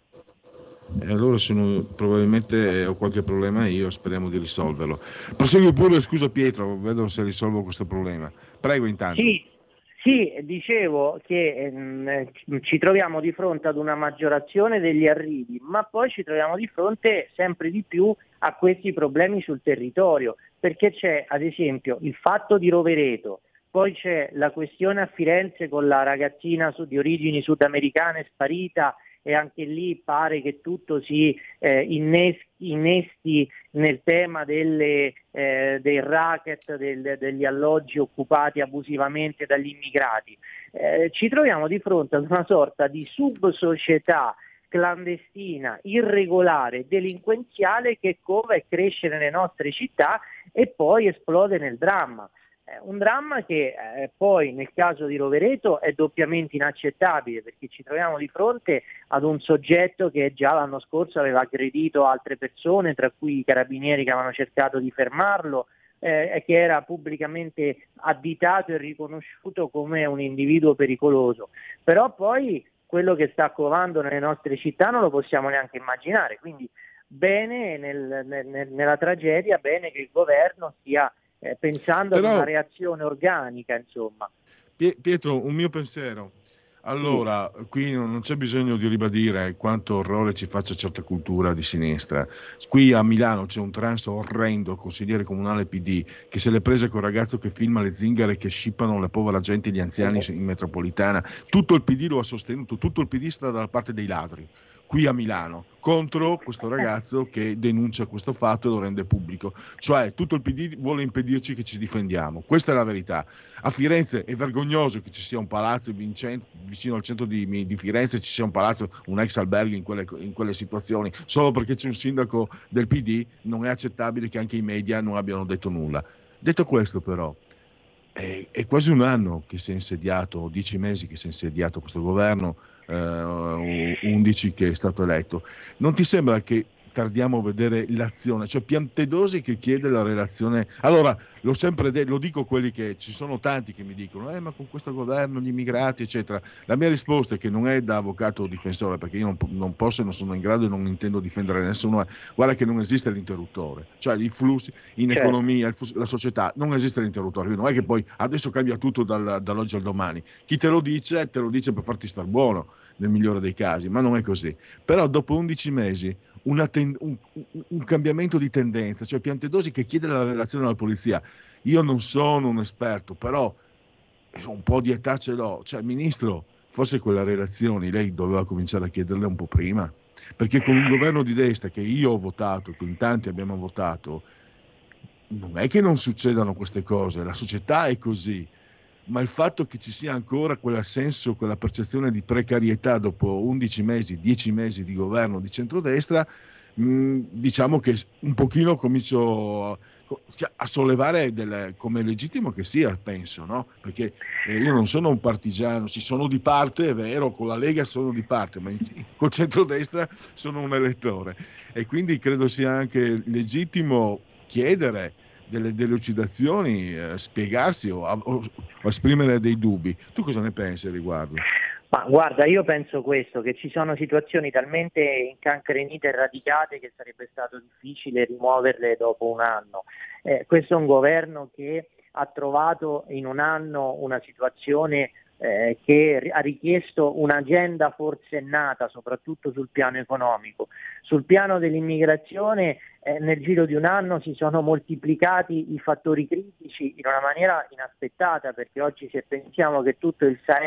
E allora sono, probabilmente ho qualche problema io, speriamo di risolverlo. Prosegui pure, scusa Pietro, vedo se risolvo questo problema. Prego intanto. Sì, sì, dicevo che ehm, ci troviamo di fronte ad una maggiorazione degli arrivi, ma poi ci troviamo di fronte sempre di più a questi problemi sul territorio, perché c'è ad esempio il fatto di Rovereto, poi c'è la questione a Firenze con la ragazzina su, di origini sudamericane sparita, e anche lì pare che tutto si eh, inneschi, innesti nel tema delle, eh, del racket, del, degli alloggi occupati abusivamente dagli immigrati. Eh, ci troviamo di fronte ad una sorta di subsocietà clandestina, irregolare, delinquenziale che cova e cresce nelle nostre città e poi esplode nel dramma. Un dramma che eh, poi nel caso di Rovereto è doppiamente inaccettabile, perché ci troviamo di fronte ad un soggetto che già l'anno scorso aveva aggredito altre persone, tra cui i carabinieri che avevano cercato di fermarlo, eh, e che era pubblicamente additato e riconosciuto come un individuo pericoloso. Però poi quello che sta covando nelle nostre città non lo possiamo neanche immaginare, quindi bene nel, nel, nella tragedia, bene che il governo stia Eh, pensando Però, ad una reazione organica, insomma. Pietro, un mio pensiero. Allora, sì. Qui non c'è bisogno di ribadire quanto orrore ci faccia certa cultura di sinistra. Qui a Milano c'è un trans orrendo, consigliere comunale P D, che se l'è presa col ragazzo che filma le zingare che scippano la povera gente e gli anziani in metropolitana. Tutto il P D lo ha sostenuto, tutto il P D sta dalla parte dei ladri. Qui a Milano, contro questo ragazzo che denuncia questo fatto e lo rende pubblico. Cioè tutto il P D vuole impedirci che ci difendiamo. Questa è la verità. A Firenze è vergognoso che ci sia un palazzo vicino al centro di, di Firenze, ci sia un palazzo, un ex albergo in quelle, in quelle situazioni. Solo perché c'è un sindaco del P D non è accettabile che anche i media non abbiano detto nulla. Detto questo però, è, è quasi un anno che si è insediato, dieci mesi che si è insediato questo governo, Uh, undici che è stato eletto. Non ti sembra che tardiamo a vedere l'azione? Cioè Piantedosi che chiede la relazione. Allora, l'ho sempre detto, lo dico a quelli che ci sono tanti che mi dicono eh ma con questo governo gli immigrati eccetera. La mia risposta è che non è da avvocato difensore, perché io non, non posso e non sono in grado e non intendo difendere nessuno. Guarda che non esiste l'interruttore, cioè i flussi in certo. Economia, il, la società, non esiste l'interruttore. Non è che poi adesso cambia tutto dal, dall'oggi al domani. Chi te lo dice te lo dice per farti star buono nel migliore dei casi, ma non è così. Però dopo undici mesi una ten- un, un cambiamento di tendenza, cioè Piantedosi che chiede la relazione alla polizia. Io non sono un esperto, però un po' di età ce l'ho. Cioè, ministro, forse quelle relazioni lei doveva cominciare a chiederle un po' prima, perché con un governo di destra che io ho votato, che in tanti abbiamo votato, non è che non succedano queste cose, la società è così. Ma il fatto che ci sia ancora quel senso, quella percezione di precarietà dopo undici mesi, dieci mesi di governo di centrodestra, mh, diciamo che un pochino comincio a, a sollevare delle, come legittimo che sia, penso, no? Perché eh, io non sono un partigiano, ci sono di parte, è vero, con la Lega sono di parte, ma in, col centrodestra sono un elettore. E quindi credo sia anche legittimo chiedere delle delucidazioni, eh, spiegarsi o, o, o esprimere dei dubbi. Tu cosa ne pensi al riguardo? Ma guarda, io penso questo, che ci sono situazioni talmente incancrenite e radicate che sarebbe stato difficile rimuoverle dopo un anno. Eh, questo è un governo che ha trovato in un anno una situazione eh, che ha richiesto un'agenda forsennata, soprattutto sul piano economico. Sul piano dell'immigrazione eh, nel giro di un anno si sono moltiplicati i fattori critici in una maniera inaspettata, perché oggi se pensiamo che tutto il Sahel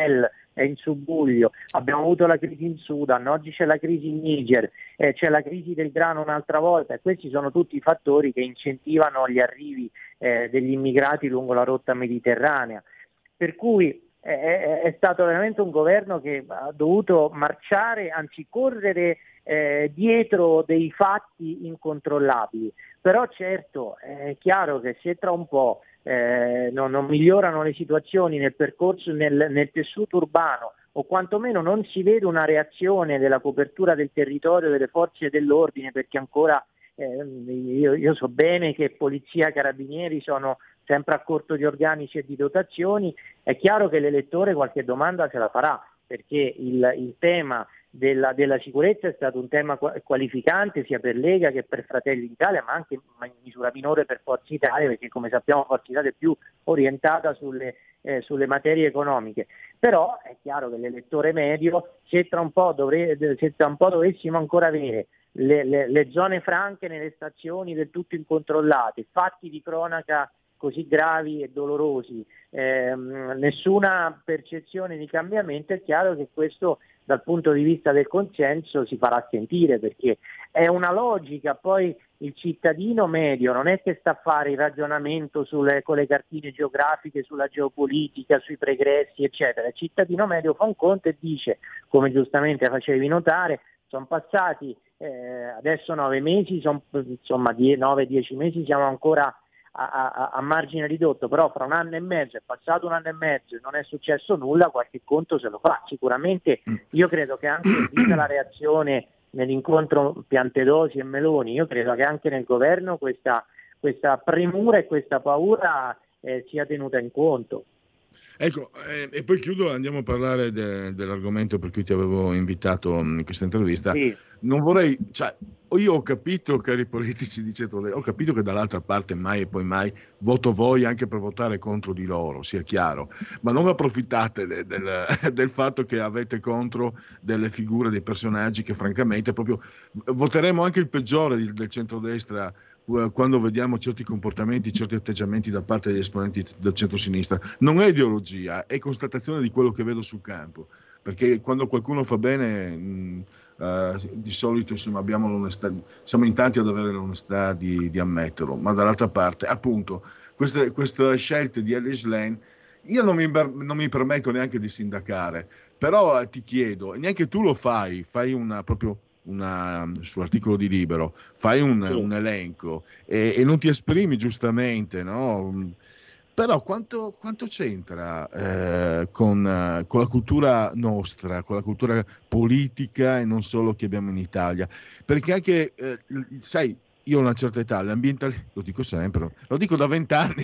è in subbuglio, abbiamo avuto la crisi in Sudan, oggi c'è la crisi in Niger, eh, c'è la crisi del grano un'altra volta, e questi sono tutti i fattori che incentivano gli arrivi eh, degli immigrati lungo la rotta mediterranea. Per cui è, è stato veramente un governo che ha dovuto marciare, anzi correre eh, dietro dei fatti incontrollabili. Però certo è chiaro che se tra un po' eh, non, non migliorano le situazioni nel percorso, nel, nel tessuto urbano, o quantomeno non si vede una reazione della copertura del territorio delle forze dell'ordine, perché ancora eh, io, io so bene che polizia e carabinieri sono sempre a corto di organici e di dotazioni, è chiaro che l'elettore qualche domanda se la farà, perché il, il tema della, della sicurezza è stato un tema qualificante sia per Lega che per Fratelli d'Italia, ma anche in misura minore per Forza Italia, perché come sappiamo Forza Italia è più orientata sulle, eh, sulle materie economiche. Però è chiaro che l'elettore medio, se tra un po', dovre, se tra un po' dovessimo ancora avere le, le, le zone franche nelle stazioni del tutto incontrollate, fatti di cronaca così gravi e dolorosi, ehm, nessuna percezione di cambiamento, è chiaro che questo dal punto di vista del consenso si farà sentire, perché è una logica. Poi il cittadino medio non è che sta a fare il ragionamento sulle, con le cartine geografiche, sulla geopolitica, sui pregressi eccetera. Il cittadino medio fa un conto e dice, come giustamente facevi notare, sono passati eh, adesso nove mesi, son, insomma nove dieci mesi, siamo ancora A, a, a margine ridotto, però fra un anno e mezzo, è passato un anno e mezzo e non è successo nulla, qualche conto se lo fa. Sicuramente io credo che anche vista la reazione nell'incontro Piantedosi e Meloni, io credo che anche nel governo questa, questa premura e questa paura eh, sia tenuta in conto. Ecco, eh, e poi chiudo, andiamo a parlare de, dell'argomento per cui ti avevo invitato in questa intervista. Sì. Non vorrei, cioè, io ho capito, cari politici di centrodestra, ho capito che dall'altra parte mai e poi mai voto voi anche per votare contro di loro, sia chiaro, ma non approfittate de, del, del fatto che avete contro delle figure, dei personaggi che francamente proprio voteremo anche il peggiore del, del centrodestra quando vediamo certi comportamenti, certi atteggiamenti da parte degli esponenti del centro-sinistra. Non è ideologia, è constatazione di quello che vedo sul campo, perché quando qualcuno fa bene mh, uh, di solito insomma, abbiamo l'onestà, siamo in tanti ad avere l'onestà di, di ammetterlo, ma dall'altra parte appunto queste, queste scelte di Ellis Lane io non mi, non mi permetto neanche di sindacare, però eh, ti chiedo, neanche tu lo fai, fai una proprio Una, sull'articolo di Libero, fai un, sì. un elenco e, e non ti esprimi giustamente, no? Però quanto, quanto c'entra eh, con, uh, con la cultura nostra, con la cultura politica e non solo che abbiamo in Italia? Perché anche, eh, sai, io ho una certa età, l'ambientalismo, lo dico sempre, lo dico da vent'anni,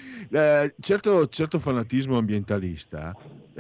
eh, certo, certo fanatismo ambientalista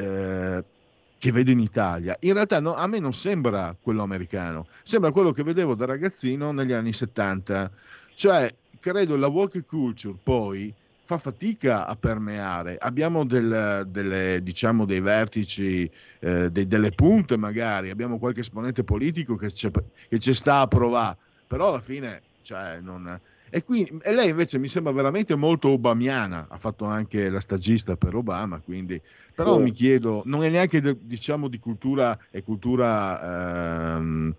eh, che vedo in Italia, in realtà no, a me non sembra quello americano, sembra quello che vedevo da ragazzino negli anni settanta, cioè credo la woke culture poi fa fatica a permeare, abbiamo del, delle, diciamo dei vertici, eh, dei, delle punte magari, abbiamo qualche esponente politico che ci che sta a provare, però alla fine cioè, non... E, qui, e lei invece mi sembra veramente molto obamiana, ha fatto anche la stagista per Obama, quindi però sì. Mi chiedo, non è neanche diciamo di cultura e cultura ehm,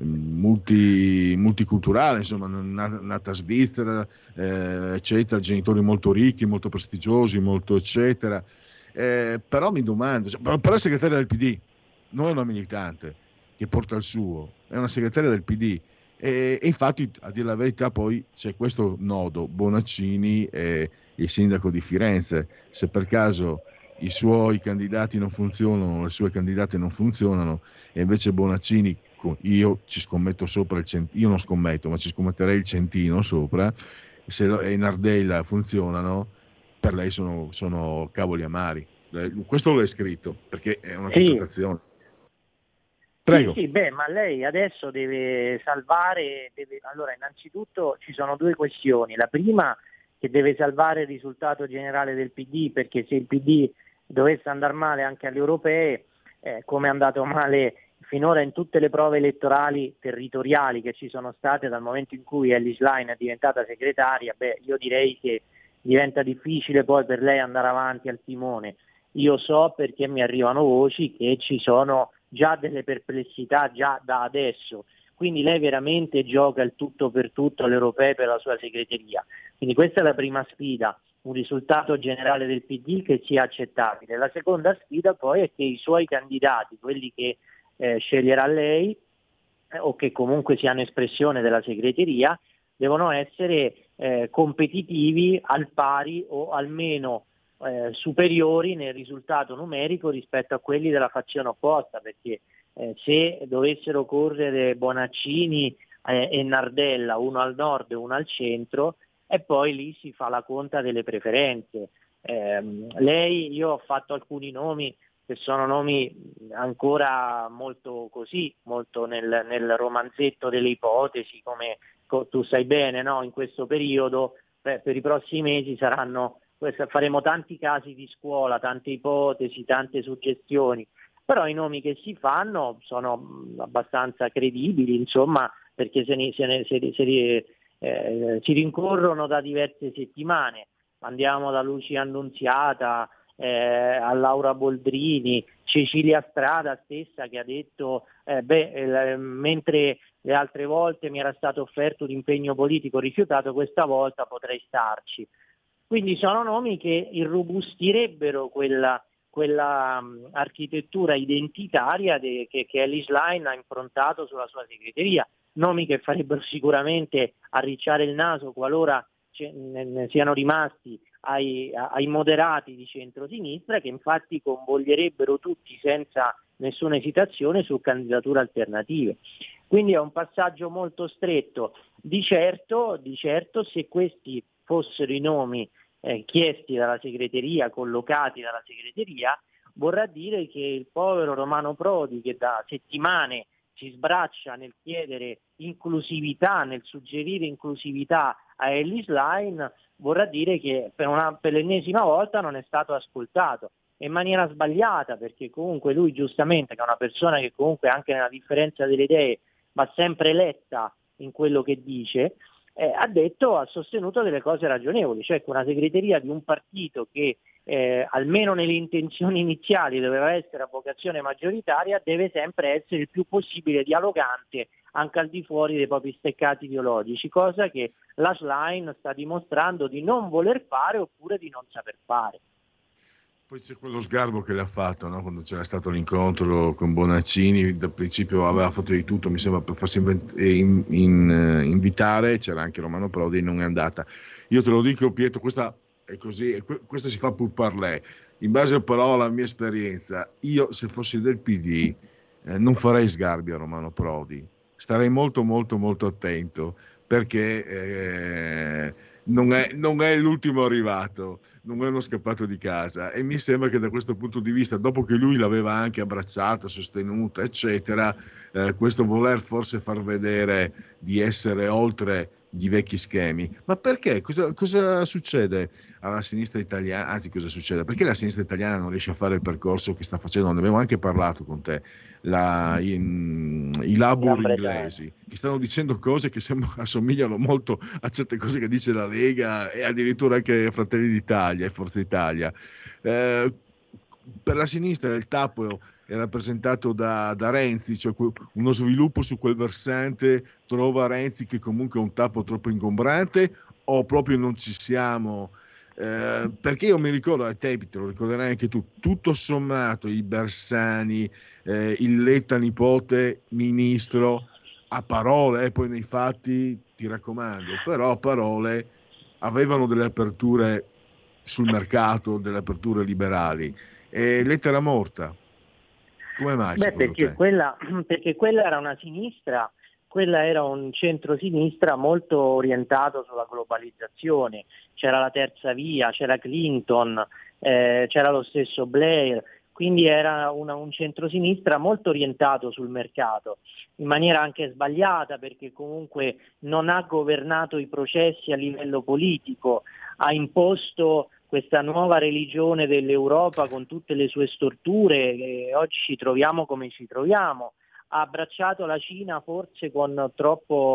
multi, multiculturale, insomma, nata a Svizzera, eh, eccetera, genitori molto ricchi, molto prestigiosi, molto eccetera, eh, però mi domando, cioè, però, però è segretaria del P D, non è una militante che porta il suo, è una segretaria del P D. E, e infatti a dire la verità poi c'è questo nodo Bonaccini e il sindaco di Firenze, se per caso i suoi candidati non funzionano, le sue candidate non funzionano e invece Bonaccini, io ci scommetto sopra il centino, io non scommetto ma ci scommetterei il centino sopra, se in Ardella funzionano per lei sono, sono cavoli amari. Questo l'ho scritto perché è una sì. constatazione. Prego. Sì, sì, beh, ma lei adesso deve salvare, deve... allora innanzitutto ci sono due questioni, la prima che deve salvare il risultato generale del P D, perché se il P D dovesse andare male anche alle europee, eh, come è andato male finora in tutte le prove elettorali territoriali che ci sono state dal momento in cui Ellis Line è diventata segretaria, beh, io direi che diventa difficile poi per lei andare avanti al timone. io so perché mi arrivano voci che ci sono già delle perplessità già da adesso. Quindi lei veramente gioca il tutto per tutto alle europee per la sua segreteria. Quindi questa è la prima sfida, un risultato generale del P D che sia accettabile. La seconda sfida poi è che i suoi candidati, quelli che eh, sceglierà lei eh, o che comunque siano espressione della segreteria, devono essere eh, competitivi al pari o almeno eh, superiori nel risultato numerico rispetto a quelli della fazione opposta, perché Eh, se dovessero correre Bonaccini eh, e Nardella, uno al nord e uno al centro, e poi lì si fa la conta delle preferenze. Eh, lei, io ho fatto alcuni nomi che sono nomi ancora molto così, molto nel, nel romanzetto delle ipotesi, come co- tu sai bene, no? In questo periodo, beh, per i prossimi mesi saranno, faremo tanti casi di scuola, tante ipotesi, tante suggestioni. Però i nomi che si fanno sono abbastanza credibili, insomma, perché se ne, se ne, se ne, se ne, eh, si rincorrono da diverse settimane. Andiamo da Lucia Annunziata eh, a Laura Boldrini, Cecilia Strada stessa che ha detto eh, beh, eh, mentre le altre volte mi era stato offerto un impegno politico rifiutato, questa volta potrei starci. Quindi sono nomi che irrobustirebbero quella quella um, architettura identitaria de, che, che Elly Schlein ha improntato sulla sua segreteria, nomi che farebbero sicuramente arricciare il naso qualora ce, ne, siano rimasti ai, ai moderati di centrosinistra, che infatti convoglierebbero tutti senza nessuna esitazione su candidature alternative. Quindi è un passaggio molto stretto. Di certo, di certo se questi fossero i nomi Eh, chiesti dalla segreteria, collocati dalla segreteria, vorrà dire che il povero Romano Prodi, che da settimane si sbraccia nel chiedere inclusività, nel suggerire inclusività a Elly Schlein, vorrà dire che per, una, per l'ennesima volta non è stato ascoltato in maniera sbagliata, perché comunque lui giustamente, che è una persona che comunque anche nella differenza delle idee va sempre letta in quello che dice, Eh, ha detto, ha sostenuto delle cose ragionevoli, cioè che una segreteria di un partito che eh, almeno nelle intenzioni iniziali doveva essere a vocazione maggioritaria deve sempre essere il più possibile dialogante anche al di fuori dei propri steccati ideologici, cosa che la Schlein sta dimostrando di non voler fare oppure di non saper fare. Poi c'è quello sgarbo che le ha fatto, no? Quando c'era stato l'incontro con Bonaccini, da principio aveva fatto di tutto, mi sembra, per farsi invent- in, in, uh, invitare, c'era anche Romano Prodi, non è andata. Io te lo dico, Pietro, questa è così, questo si fa pur parler. In base però alla mia esperienza, io se fossi del P D eh, non farei sgarbi a Romano Prodi, starei molto molto molto attento, perché eh, non, è, non è l'ultimo arrivato, non è uno scappato di casa, e mi sembra che da questo punto di vista, dopo che lui l'aveva anche abbracciata, sostenuta, eccetera, eh, questo voler forse far vedere di essere oltre gli vecchi schemi. Ma perché? Cosa, cosa succede alla sinistra italiana? Anzi, cosa succede? Perché la sinistra italiana non riesce a fare il percorso che sta facendo? Ne abbiamo anche parlato con te, la, in, i Labour inglesi, che stanno dicendo cose che sembra, assomigliano molto a certe cose che dice la Lega e addirittura anche Fratelli d'Italia e Forza Italia. Eh, per la sinistra il tappo è rappresentato da, da Renzi, cioè uno sviluppo su quel versante trova Renzi che comunque è un tappo troppo ingombrante, o proprio non ci siamo? Eh, perché io mi ricordo, a te te lo ricorderai anche tu, tutto sommato i Bersani, eh, il Letta nipote ministro, a parole, e eh, poi nei fatti ti raccomando, però a parole avevano delle aperture sul mercato, delle aperture liberali, e Letta era morta. Come mai? Beh, perché te? quella, perché quella era una sinistra, quella era un centro-sinistra molto orientato sulla globalizzazione. C'era la terza via, c'era Clinton, eh, c'era lo stesso Blair, quindi era una, un centro-sinistra molto orientato sul mercato, in maniera anche sbagliata, perché comunque non ha governato i processi a livello politico, ha imposto questa nuova religione dell'Europa con tutte le sue storture, e oggi ci troviamo come ci troviamo. Ha abbracciato la Cina forse con troppo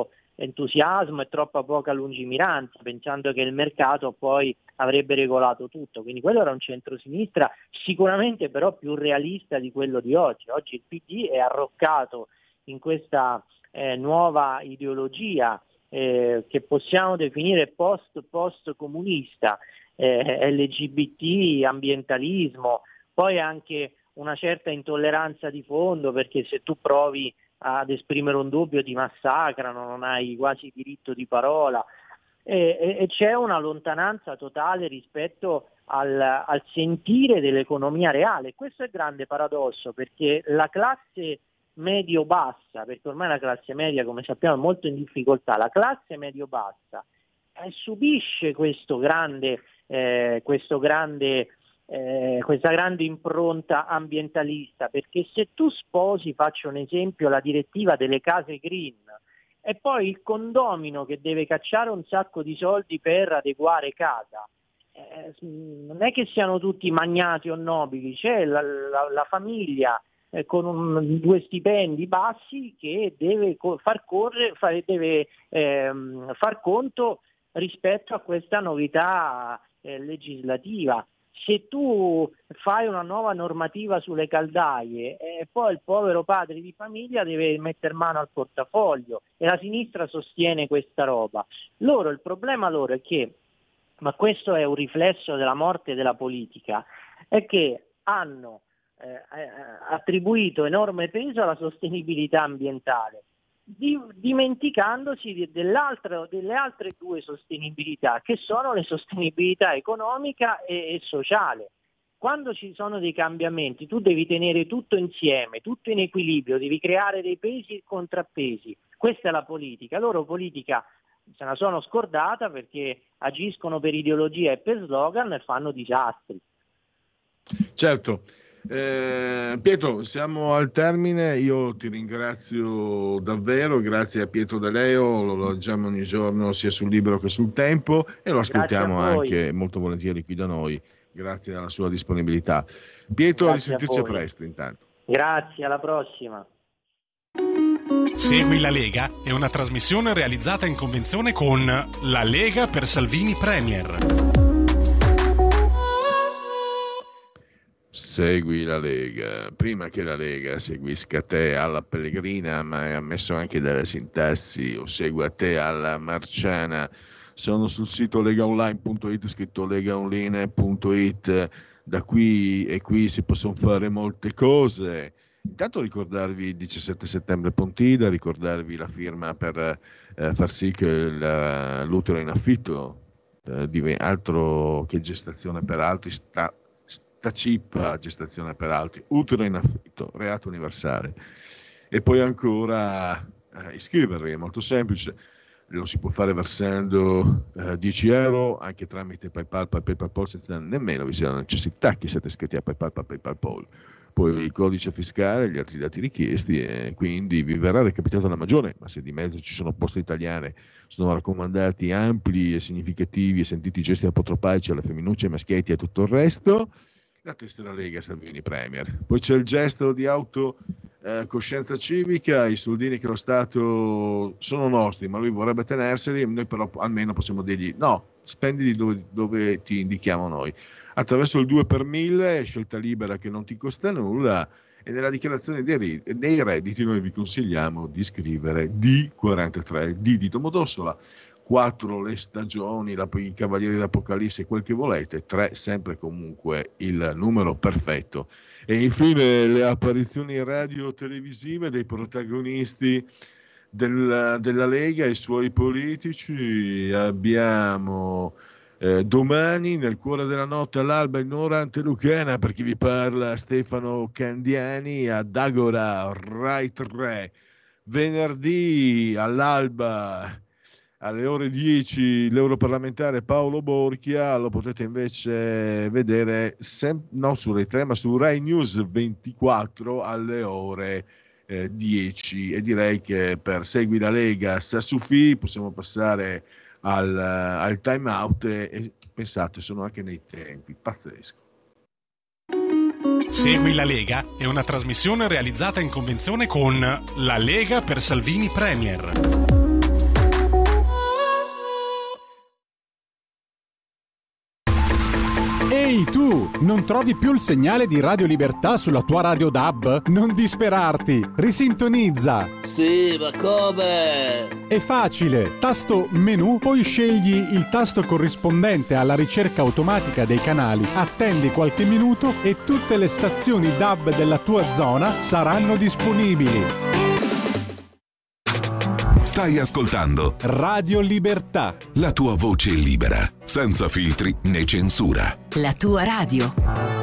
entusiasmo e troppa poca lungimiranza, pensando che il mercato poi avrebbe regolato tutto. Quindi quello era un centrosinistra sicuramente però più realista di quello di oggi. Oggi il P D è arroccato in questa eh, nuova ideologia eh, che possiamo definire post, post comunista, eh, L G B T, ambientalismo, poi anche una certa intolleranza di fondo, perché se tu provi ad esprimere un dubbio ti massacrano, non hai quasi diritto di parola, e, e, e c'è una lontananza totale rispetto al, al sentire dell'economia reale. Questo è il grande paradosso, perché la classe medio-bassa, perché ormai la classe media, come sappiamo, è molto in difficoltà, la classe medio-bassa eh, subisce questo grande, eh, questo grande Eh, questa grande impronta ambientalista, perché se tu sposi, faccio un esempio, la direttiva delle case green e poi il condomino che deve cacciare un sacco di soldi per adeguare casa, eh, non è che siano tutti magnati o nobili, c'è la, la, la famiglia eh, con un, due stipendi bassi che deve co- far correre, far, deve ehm, far conto rispetto a questa novità eh, legislativa. Se tu fai una nuova normativa sulle caldaie e eh, poi il povero padre di famiglia deve mettere mano al portafoglio e la sinistra sostiene questa roba. Loro, il problema loro è che, ma questo è un riflesso della morte della politica, è che hanno eh, attribuito enorme peso alla sostenibilità ambientale, di, dimenticandosi dell'altra, delle altre due sostenibilità, che sono le sostenibilità economica e, e sociale. Quando ci sono dei cambiamenti tu devi tenere tutto insieme, tutto in equilibrio, devi creare dei pesi e contrappesi. Questa è la politica. Loro politica se la sono scordata perché agiscono per ideologia e per slogan e fanno disastri. Certo. Eh, Pietro, siamo al termine, io ti ringrazio davvero, grazie a Pietro De Leo, lo leggiamo ogni giorno sia sul Libero che sul Tempo e lo ascoltiamo anche molto volentieri qui da noi, grazie alla sua disponibilità. Pietro, a risentirci a presto intanto. Grazie, alla prossima. Segui la Lega è una trasmissione realizzata in convenzione con La Lega per Salvini Premier. Segui la Lega, prima che la Lega seguisca te alla Pellegrina, ma è ammesso anche dalle sintassi, o segua te alla Marciana. Sono sul sito legaonline punto it, scritto legaonline punto it, da qui e qui si possono fare molte cose. Intanto ricordarvi il diciassette settembre Pontida, ricordarvi la firma per eh, far sì che la, l'utero in affitto, eh, di, altro che gestazione per altri, sta Tacippa, gestazione per altri, utero in affitto, reato universale. E poi ancora eh, iscrivervi, è molto semplice, lo si può fare versando eh, dieci euro anche tramite PayPal, PayPal, senza nemmeno vi sia la necessità che siate iscritti a PayPal, PayPal, poi il codice fiscale, gli altri dati richiesti, e quindi vi verrà recapitata la maggiore, ma se di mezzo ci sono Poste Italiane, sono raccomandati ampli e significativi e sentiti gesti apotropaici alle femminucce, ai maschietti e tutto il resto, la tessera Lega Salvini Premier. Poi c'è il gesto di autocoscienza eh, civica, i soldini che lo Stato sono nostri, ma lui vorrebbe tenerseli, noi però almeno possiamo dirgli no, spendili dove, dove ti indichiamo noi. Attraverso il due per mille, scelta libera che non ti costa nulla, e nella dichiarazione dei, dei redditi noi vi consigliamo di scrivere D quarantatré, D di Domodossola, quattro le stagioni, la, i Cavalieri d'Apocalisse, quel che volete, tre sempre comunque il numero perfetto. E infine le apparizioni radio-televisive dei protagonisti del, della Lega e i suoi politici. Abbiamo eh, domani nel cuore della notte all'alba in ora antelucana, per chi vi parla Stefano Candiani ad Agora Rai tre, venerdì all'alba alle ore dieci l'europarlamentare Paolo Borchia, lo potete invece vedere sem- non su Rai tre ma su Rai News ventiquattro alle ore eh, dieci, e direi che per Segui la Lega Sassufi possiamo passare al, al time out e, e pensate, sono anche nei tempi, pazzesco. Segui la Lega è una trasmissione realizzata in convenzione con La Lega per Salvini Premier. Tu non trovi più il segnale di Radio Libertà sulla tua radio D A B? Non disperarti, risintonizza. Sì, ma come? È facile, tasto menu, poi scegli il tasto corrispondente alla ricerca automatica dei canali, attendi qualche minuto e tutte le stazioni D A B della tua zona saranno disponibili. Stai ascoltando Radio Libertà, la tua voce libera, senza filtri né censura. La tua radio.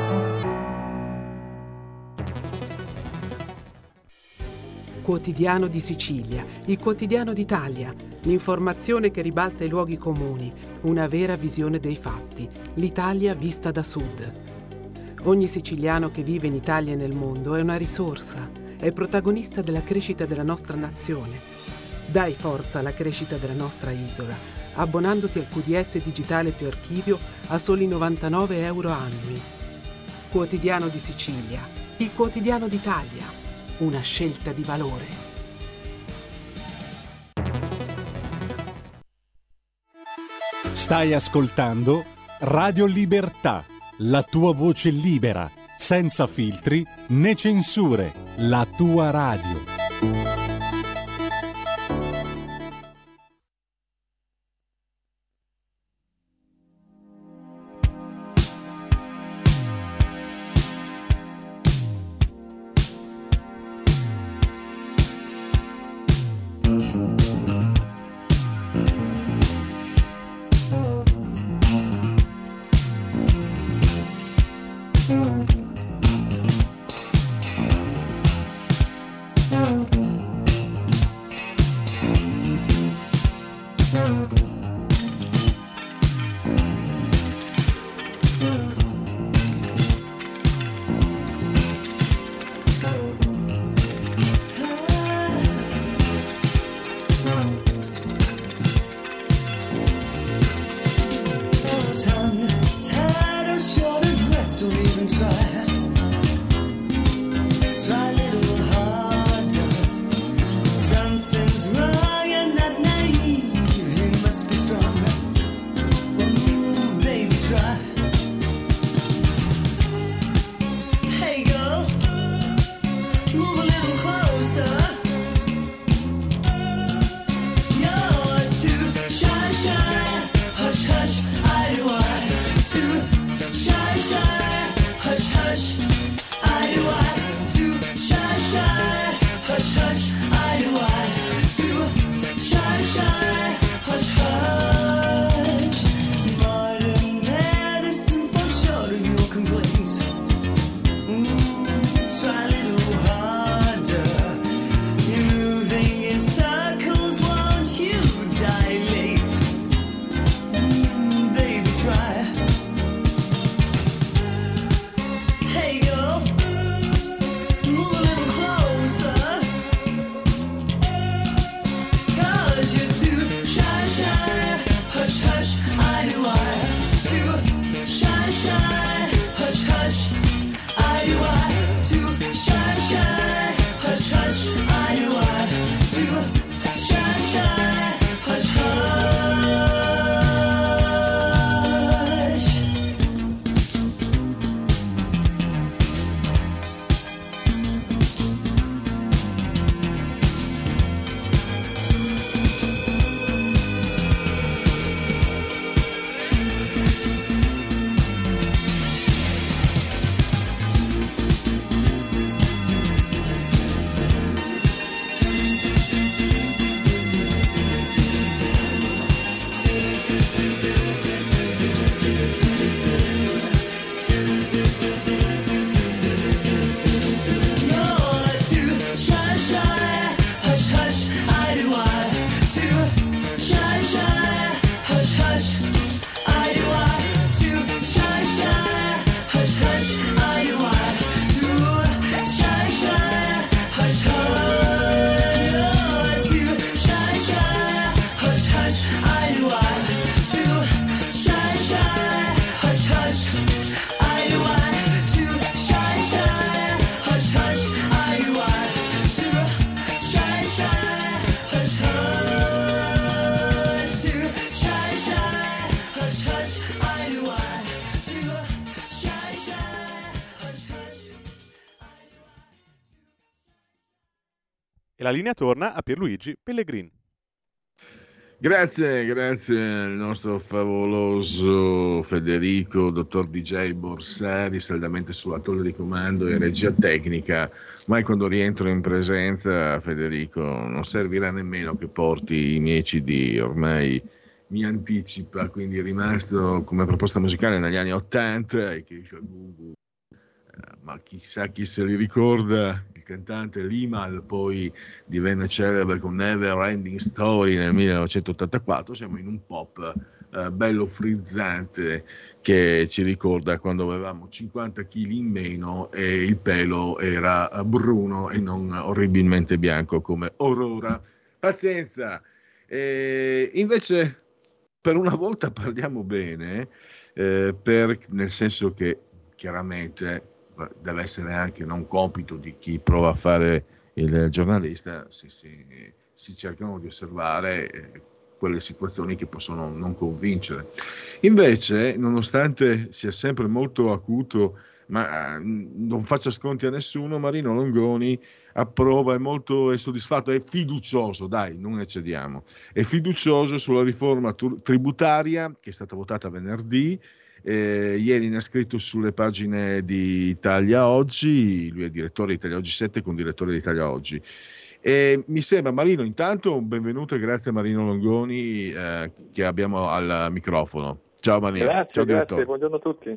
Quotidiano di Sicilia, il quotidiano d'Italia, l'informazione che ribalta i luoghi comuni, una vera visione dei fatti, l'Italia vista da sud. Ogni siciliano che vive in Italia e nel mondo è una risorsa, è protagonista della crescita della nostra nazione. Dai forza alla crescita della nostra isola, abbonandoti al Q D S digitale più archivio a soli novantanove euro annui. Quotidiano di Sicilia, il quotidiano d'Italia, una scelta di valore. Stai ascoltando Radio Libertà, la tua voce libera, senza filtri né censure, la tua radio. E la linea torna a Pierluigi Pellegrin. Grazie, grazie al nostro favoloso Federico, dottor D J Borsari, saldamente sulla tolla di comando e regia tecnica. Mai quando rientro in presenza, Federico, non servirà nemmeno che porti i miei C D, ormai mi anticipa, quindi è rimasto come proposta musicale negli anni ottanta e che dice Google. Ma chissà chi se li ricorda, il cantante Limal poi divenne celebre con Never Ending Story nel millenovecentottantaquattro. Siamo in un pop eh, bello frizzante che ci ricorda quando avevamo cinquanta chili in meno e il pelo era bruno e non orribilmente bianco come Aurora. Pazienza! E invece per una volta parliamo bene, eh, per, nel senso che chiaramente deve essere anche non compito di chi prova a fare il giornalista, si, si, si cercano di osservare eh, quelle situazioni che possono non convincere. Invece, nonostante sia sempre molto acuto, ma eh, non faccia sconti a nessuno, Marino Longoni approva, è molto è soddisfatto, è fiducioso, dai, non eccediamo, è fiducioso sulla riforma tur- tributaria che è stata votata venerdì. Eh, ieri ne ha scritto sulle pagine di Italia Oggi, lui è direttore di Italia Oggi sette con direttore di Italia Oggi. E mi sembra, Marino, intanto un benvenuto e grazie a Marino Longoni eh, che abbiamo al microfono. Ciao Marino. Grazie, Ciao, grazie, buongiorno a tutti.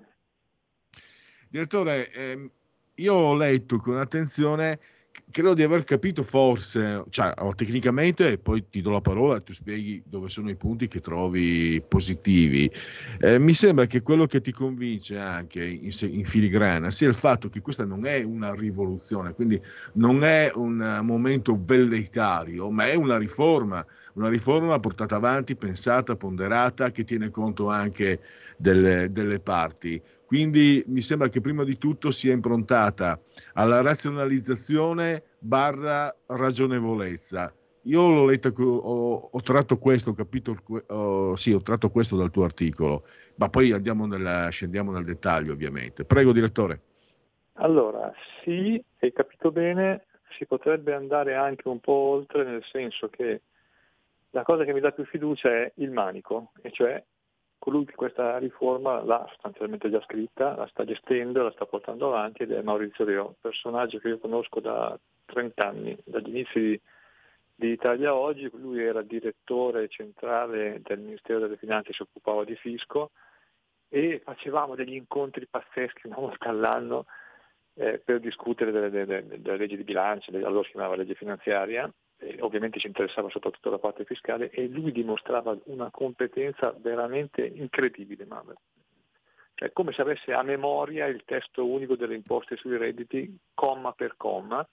Direttore, ehm, io ho letto con attenzione, credo di aver capito forse, cioè tecnicamente, e poi ti do la parola e tu spieghi dove sono i punti che trovi positivi. Eh, mi sembra che quello che ti convince anche in, in filigrana sia il fatto che questa non è una rivoluzione, quindi non è un momento velleitario, ma è una riforma, una riforma portata avanti, pensata, ponderata, che tiene conto anche delle, delle parti. Quindi mi sembra che prima di tutto sia improntata alla razionalizzazione barra ragionevolezza. Io l'ho letta, ho, ho tratto questo, ho capito, ho, sì, ho tratto questo dal tuo articolo, ma poi andiamo nella, scendiamo nel dettaglio ovviamente. Prego, direttore. Allora, sì, hai capito bene, si potrebbe andare anche un po' oltre, nel senso che la cosa che mi dà più fiducia è il manico, e cioè colui che questa riforma l'ha sostanzialmente già scritta, la sta gestendo, la sta portando avanti, ed è Maurizio Reo, personaggio che io conosco da trenta anni, dagli inizi di, di Italia Oggi. Lui era direttore centrale del Ministero delle Finanze, si occupava di fisco, e facevamo degli incontri pazzeschi una volta all'anno eh, per discutere delle, delle, delle leggi di bilancio, allora si chiamava legge finanziaria. Eh, ovviamente ci interessava soprattutto la parte fiscale, e lui dimostrava una competenza veramente incredibile, ma cioè come se avesse a memoria il testo unico delle imposte sui redditi comma per comma.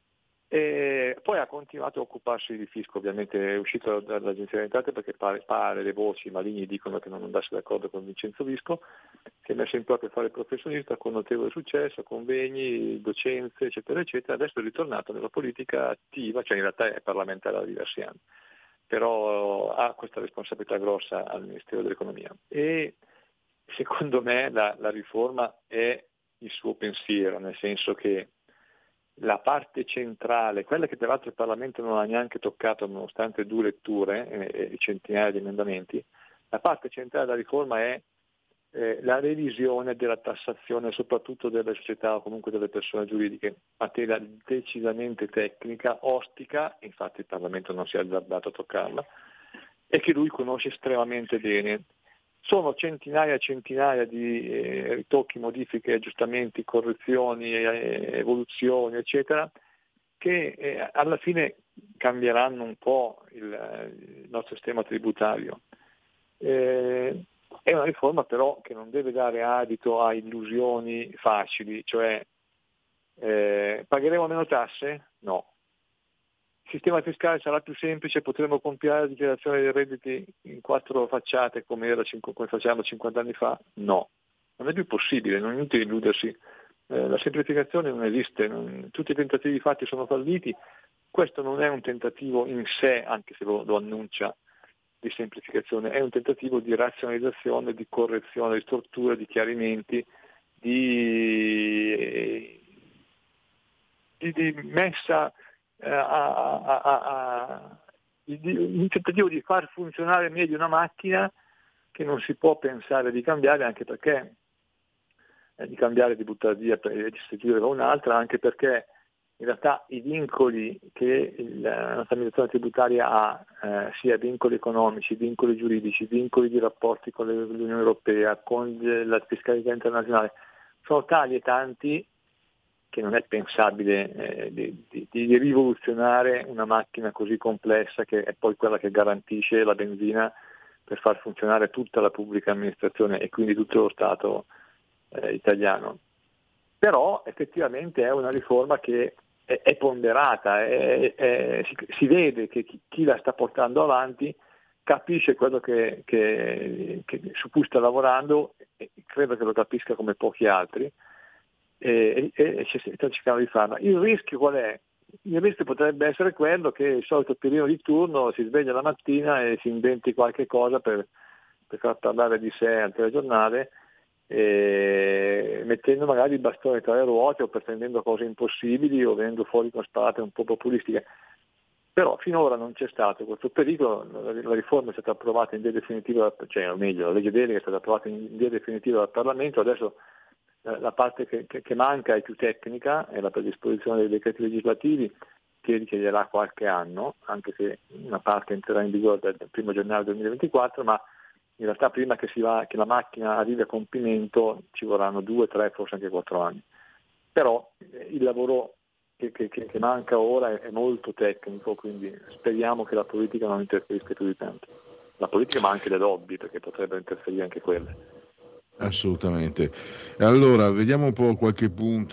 E poi ha continuato a occuparsi di fisco, ovviamente è uscito dall'Agenzia delle Entrate perché pare, pare le voci maligni dicono che non andasse d'accordo con Vincenzo Visco, si è messo in proprio a fare il professionista con notevole successo, convegni, docenze, eccetera, eccetera. Adesso è ritornato nella politica attiva, cioè in realtà è parlamentare da diversi anni, però ha questa responsabilità grossa al Ministero dell'Economia. E secondo me la, la riforma è il suo pensiero, nel senso che la parte centrale, quella che tra l'altro il Parlamento non ha neanche toccato nonostante due letture e, e centinaia di emendamenti, la parte centrale della riforma è eh, la revisione della tassazione soprattutto delle società o comunque delle persone giuridiche, materia decisamente tecnica, ostica, infatti il Parlamento non si è azzardato a toccarla, e che lui conosce estremamente bene. Sono centinaia e centinaia di eh, ritocchi, modifiche, aggiustamenti, correzioni, eh, evoluzioni, eccetera, che eh, alla fine cambieranno un po' il, il nostro sistema tributario. Eh, è una riforma però che non deve dare adito a illusioni facili, cioè eh, pagheremo meno tasse? No. Il sistema fiscale sarà più semplice, potremo compilare la dichiarazione dei redditi in quattro facciate come, era, come facciamo cinquanta anni fa? No, non è più possibile, non è inutile illudersi. Eh, la semplificazione non esiste, non, tutti i tentativi fatti sono falliti. Questo non è un tentativo in sé, anche se lo, lo annuncia, di semplificazione, è un tentativo di razionalizzazione, di correzione, di strutture, di chiarimenti, di, di, di messa eh, a, a, a, a, un tentativo di far funzionare meglio una macchina che non si può pensare di cambiare, anche perché eh, di cambiare, di buttare via per sostituire con un'altra, anche perché in realtà i vincoli che il, la nostra amministrazione tributaria ha, eh, sia vincoli economici, vincoli giuridici, vincoli di rapporti con l'Unione Europea, con la fiscalità internazionale, sono tali e tanti che non è pensabile eh, di, di, di rivoluzionare una macchina così complessa, che è poi quella che garantisce la benzina per far funzionare tutta la pubblica amministrazione e quindi tutto lo Stato eh, italiano. Però effettivamente è una riforma che è, è ponderata, è, è, si, si vede che chi, chi la sta portando avanti capisce quello che, che, che, su cui sta lavorando, e credo che lo capisca come pochi altri, e, e, e sta cercando di farla. Il rischio qual è? Il rischio potrebbe essere quello che il solito pirino di turno si sveglia la mattina e si inventi qualche cosa per, per far parlare di sé al telegiornale, e mettendo magari il bastone tra le ruote o pretendendo cose impossibili o venendo fuori con sparate un po' populistiche. Però finora non c'è stato questo pericolo. La riforma è stata approvata in via definitiva, cioè o meglio la legge delega è stata approvata in via definitiva dal Parlamento. Adesso eh, la parte che, che, che manca è più tecnica, è la predisposizione dei decreti legislativi, che richiederà qualche anno, anche se una parte entrerà in vigore dal primo gennaio duemilaventiquattro, ma in realtà prima che, si va, che la macchina arrivi a compimento ci vorranno due, tre, forse anche quattro anni. Però eh, il lavoro che, che, che manca ora è, è molto tecnico, quindi speriamo che la politica non interferisca più di tanto. La politica, ma anche le lobby, perché potrebbero interferire anche quelle. Assolutamente. Allora, vediamo un po' qualche punto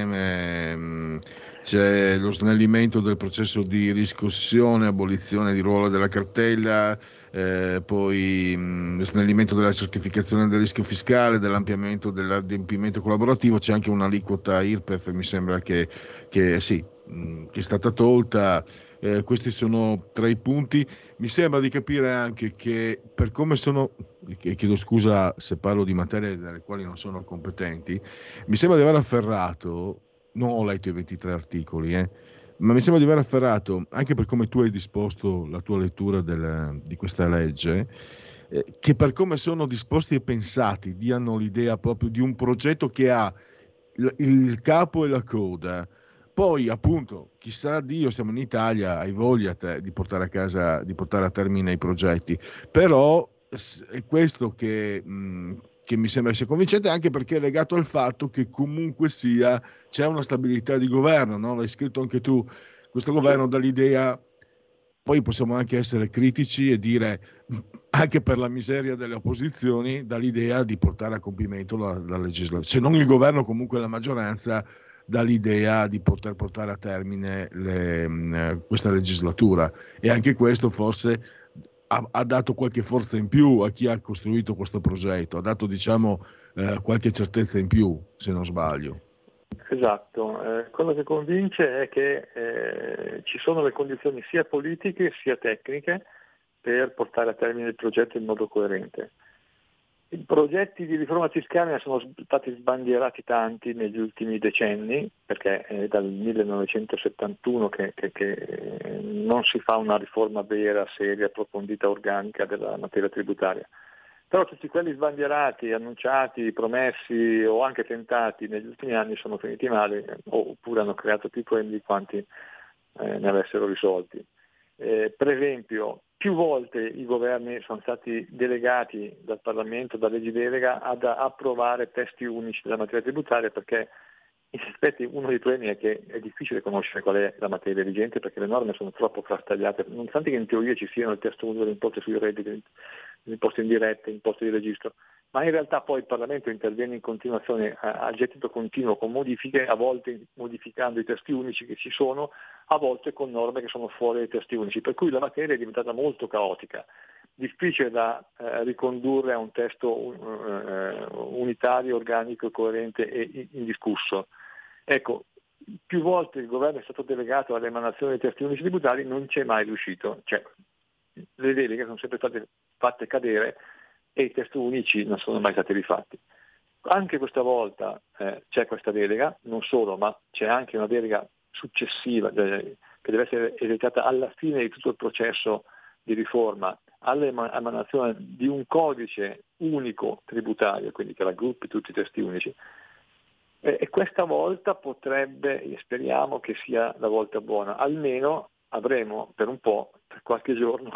insieme. C'è lo snellimento del processo di riscossione, abolizione di ruolo della cartella, eh, poi mh, snellimento della certificazione del rischio fiscale, dell'ampliamento dell'adempimento collaborativo. C'è anche un'aliquota I R P E F, mi sembra che, che sì, mh, che è stata tolta. Eh, questi sono tra i punti. Mi sembra di capire anche che per come sono, chiedo scusa se parlo di materie dalle quali non sono competenti, mi sembra di aver afferrato, non ho letto i ventitré articoli, eh, ma mi sembra di aver afferrato, anche per come tu hai disposto la tua lettura del, di questa legge, eh, che per come sono disposti e pensati diano l'idea proprio di un progetto che ha il, il capo e la coda. Poi appunto, chissà Dio, siamo in Italia, hai voglia te di portare a casa, di portare a termine i progetti, però è questo che, mh, che mi sembra sia convincente, anche perché è legato al fatto che comunque sia c'è una stabilità di governo, no? L'hai scritto anche tu, questo governo dà l'idea, poi possiamo anche essere critici e dire, anche per la miseria delle opposizioni, dà l'idea di portare a compimento la, la legislazione, se non il governo comunque la maggioranza dall'idea di poter portare a termine le, questa legislatura, e anche questo forse ha, ha dato qualche forza in più a chi ha costruito questo progetto, ha dato diciamo eh, qualche certezza in più, se non sbaglio. Esatto, eh, quello che convince è che eh, ci sono le condizioni sia politiche sia tecniche per portare a termine il progetto in modo coerente. I progetti di riforma fiscale ne sono stati sbandierati tanti negli ultimi decenni, perché è dal millenovecentosettantuno che, che, che non si fa una riforma vera, seria, approfondita, organica della materia tributaria. Però tutti quelli sbandierati, annunciati, promessi o anche tentati negli ultimi anni sono finiti male, oppure hanno creato più problemi di quanti eh, ne avessero risolti. Eh, per esempio, più volte i governi sono stati delegati dal Parlamento, da leggi delega, ad approvare testi unici della materia tributaria, perché in effetti uno dei problemi è che è difficile conoscere qual è la materia vigente, perché le norme sono troppo frastagliate, nonostante che in teoria ci siano il testo unico dell'imposto sui redditi, l'imposto indirette, l'imposto di registro, ma in realtà poi il Parlamento interviene in continuazione a, a gettito continuo con modifiche, a volte modificando i testi unici che ci sono, a volte con norme che sono fuori dai testi unici, per cui la materia è diventata molto caotica, difficile da eh, ricondurre a un testo uh, unitario, organico, coerente e indiscusso. Ecco, più volte il governo è stato delegato all'emanazione dei testi unici tributari, non c'è mai riuscito, cioè le deleghe sono sempre state fatte cadere e i testi unici non sono mai stati rifatti. Anche questa volta eh, c'è questa delega, non solo, ma c'è anche una delega successiva eh, che deve essere esercitata alla fine di tutto il processo di riforma, all'emanazione di un codice unico tributario, quindi che raggruppi tutti i testi unici, e, e questa volta potrebbe, speriamo che sia la volta buona, almeno avremo per un po', per qualche giorno,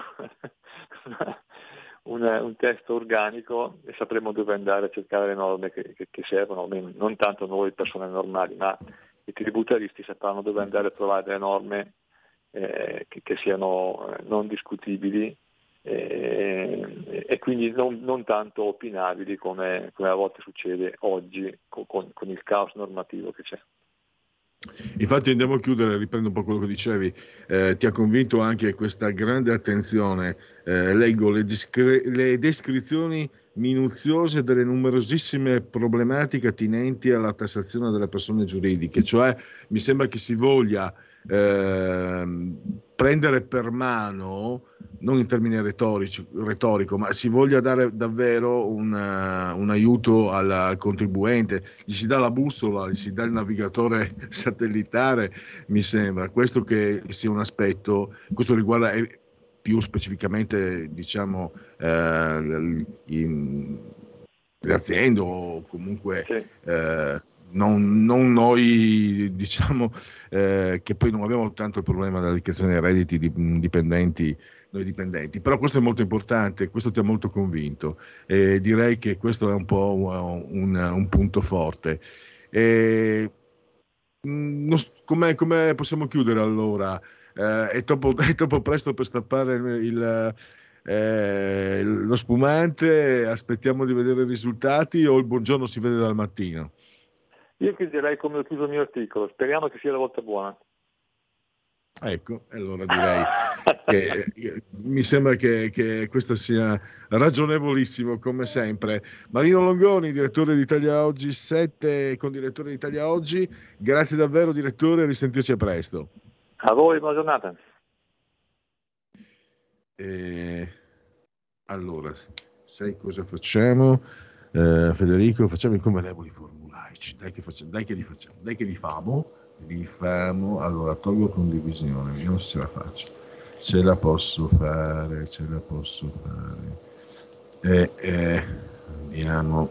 un, un testo organico e sapremo dove andare a cercare le norme che, che, che servono, non tanto noi persone normali, ma i tributaristi sapranno dove andare a trovare delle norme eh, che, che siano non discutibili eh, e quindi non, non tanto opinabili come, come a volte succede oggi con, con, con il caos normativo che c'è. Infatti andiamo a chiudere, riprendo un po' quello che dicevi, eh, ti ha convinto anche questa grande attenzione, eh, leggo le, discre- le descrizioni minuziose delle numerosissime problematiche attinenti alla tassazione delle persone giuridiche, cioè mi sembra che si voglia eh, prendere per mano, non in termini retorici, retorico, ma si voglia dare davvero un, uh, un aiuto al, al contribuente, gli si dà la bussola, gli si dà il navigatore satellitare, mi sembra, questo che sia un aspetto, questo riguarda eh, più specificamente diciamo eh, in, le aziende o comunque sì. eh, non, non noi diciamo eh, che poi non abbiamo tanto il problema della dichiarazione dei redditi di, dipendenti noi dipendenti, però questo è molto importante, questo ti ha molto convinto e direi che questo è un po' un, un punto forte. E, non, com'è, com'è possiamo chiudere allora? Eh, è, troppo, è troppo presto per stappare il, eh, lo spumante, aspettiamo di vedere i risultati o il buongiorno si vede dal mattino? Io chiuderei come ho chiuso il mio articolo, speriamo che sia la volta buona. Ecco, allora direi che mi sembra che, che questo sia ragionevolissimo come sempre. Marino Longoni, direttore di Italia Oggi sette, con direttore di Italia Oggi, grazie davvero direttore, a risentirci a presto. A voi, buona giornata. E, allora, sai cosa facciamo? Eh, Federico, facciamo i convenevoli formulaici, dai che, facciamo, dai che li facciamo, dai che li famo. Li famo, allora tolgo condivisione, vediamo se ce la faccio, ce la posso fare, ce la posso fare, e eh, andiamo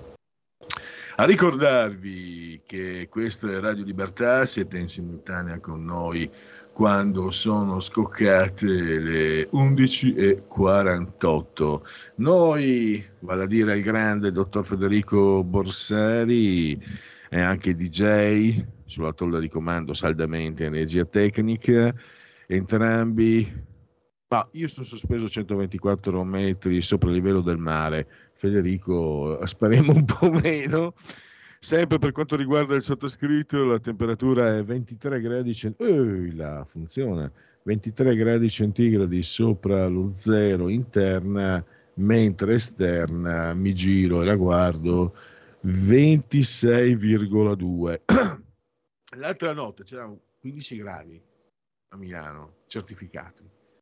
a ricordarvi che questo è Radio Libertà, siete in simultanea con noi quando sono scoccate le undici e quarantotto. Noi, vale a dire il grande dottor Federico Borsari, è anche D J sulla tolla di comando saldamente energia tecnica, entrambi, ma io sono sospeso centoventiquattro metri sopra il livello del mare, Federico speriamo un po' meno. Sempre per quanto riguarda il sottoscritto, la temperatura è ventitré gradi centigradi, eh, la funziona, ventitré gradi centigradi sopra lo zero interna, mentre esterna mi giro e la guardo ventisei virgola due. L'altra notte c'erano quindici gradi a Milano, certificati.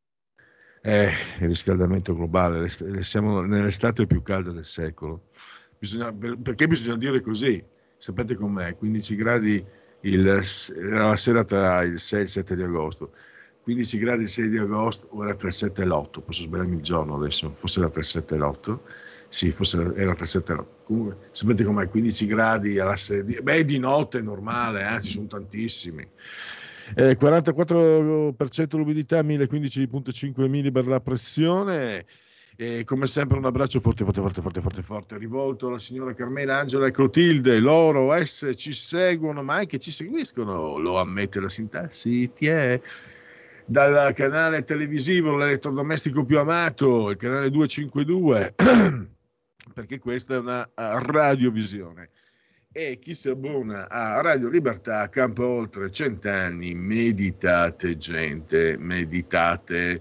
Eh, il riscaldamento globale, siamo nell'estate più calda del secolo. Bisogna, perché bisogna dire così? Sapete com'è? quindici gradi il, era la sera tra il sei e il sette di agosto. quindici gradi il sei di agosto, o era tra il sette e l'otto, posso sbagliarmi il giorno adesso, forse era tra il sette e l'otto. Sì, forse era tra il sette e l'otto. Comunque, sapete com'è? quindici gradi alla sera, beh, di notte è normale, anzi, sono tantissimi. Eh, quarantaquattro per cento l'umidità, mille quindici virgola cinque millibar la pressione. E come sempre un abbraccio forte, forte, forte, forte, forte, forte, rivolto alla signora Carmela, Angela e Clotilde. Loro S ci seguono, ma anche ci seguiscono, lo ammette la sintassi, ti è. Dal canale televisivo, l'elettrodomestico più amato, il canale duecentocinquantadue, perché questa è una radiovisione. E chi si abbona a Radio Libertà campa oltre cent'anni. Meditate, gente, meditate.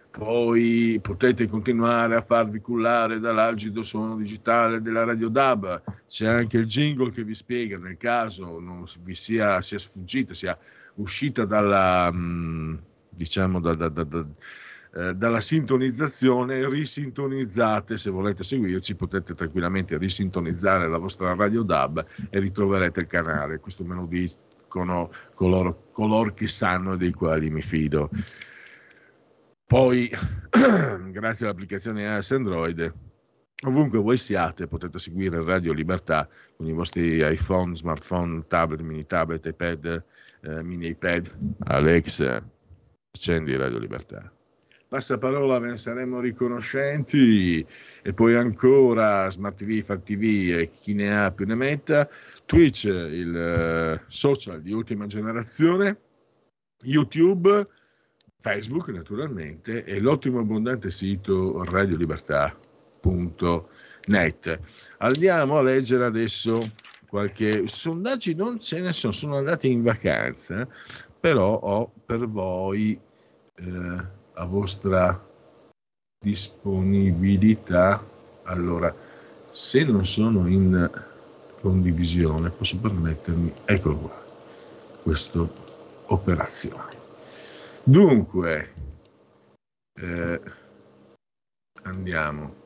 Poi potete continuare a farvi cullare dall'algido suono digitale della Radio D A B. C'è anche il jingle che vi spiega, nel caso non vi sia, sia sfuggita, sia uscita dalla, diciamo, da, da, da, da, eh, dalla sintonizzazione, risintonizzate. Se volete seguirci potete tranquillamente risintonizzare la vostra Radio D A B e ritroverete il canale. Questo me lo dice conoscono coloro, coloro che sanno e dei quali mi fido. Poi, grazie all'applicazione iOS Android, ovunque voi siate potete seguire Radio Libertà con i vostri iPhone, smartphone, tablet, mini tablet, iPad, eh, mini iPad. Alex, accendi Radio Libertà. Passaparola, ve ne saremo riconoscenti. E poi ancora Smart T V, Fat T V e chi ne ha più ne metta, Twitch, il uh, social di ultima generazione, YouTube, Facebook naturalmente, e l'ottimo abbondante sito radiolibertà punto net. Andiamo a leggere adesso qualche sondaggi, non ce ne sono, sono andati in vacanza, però ho per voi eh, a vostra disponibilità. Allora, se non sono in condivisione posso permettermi, eccolo qua, questa operazione. Dunque, eh, andiamo.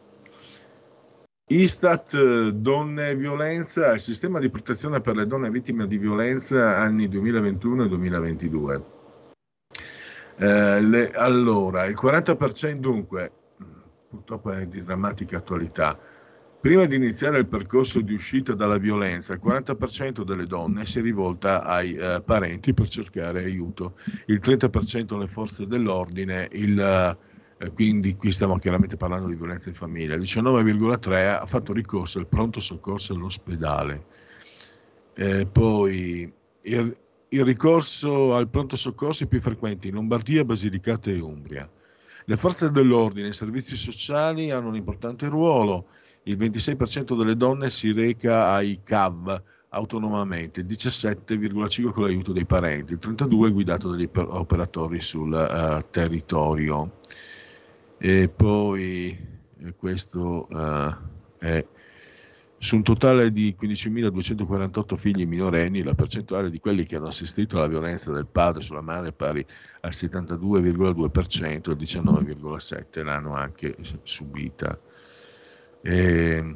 Istat, donne e violenza, il sistema di protezione per le donne vittime di violenza anni duemilaventuno e duemilaventidue. Eh, le, allora, il quaranta per cento dunque, purtroppo è di drammatica attualità, prima di iniziare il percorso di uscita dalla violenza, il quaranta per cento delle donne si rivolta ai eh, parenti per cercare aiuto, il trenta per cento alle forze dell'ordine, il, eh, quindi qui stiamo chiaramente parlando di violenza in famiglia, il diciannove virgola tre per cento ha fatto ricorso al pronto soccorso all'ospedale. Eh, poi il, il ricorso al pronto soccorso è più frequente in Lombardia, Basilicata e Umbria. Le forze dell'ordine e i servizi sociali hanno un importante ruolo. Il ventisei per cento delle donne si reca ai C A V autonomamente, il diciassette virgola cinque per cento con l'aiuto dei parenti, il trentadue per cento guidato dagli operatori sul uh, territorio. E poi eh, questo uh, è su un totale di quindicimiladuecentoquarantotto figli minorenni, la percentuale di quelli che hanno assistito alla violenza del padre sulla madre è pari al settantadue virgola due per cento, il diciannove virgola sette per cento l'hanno anche subita. E,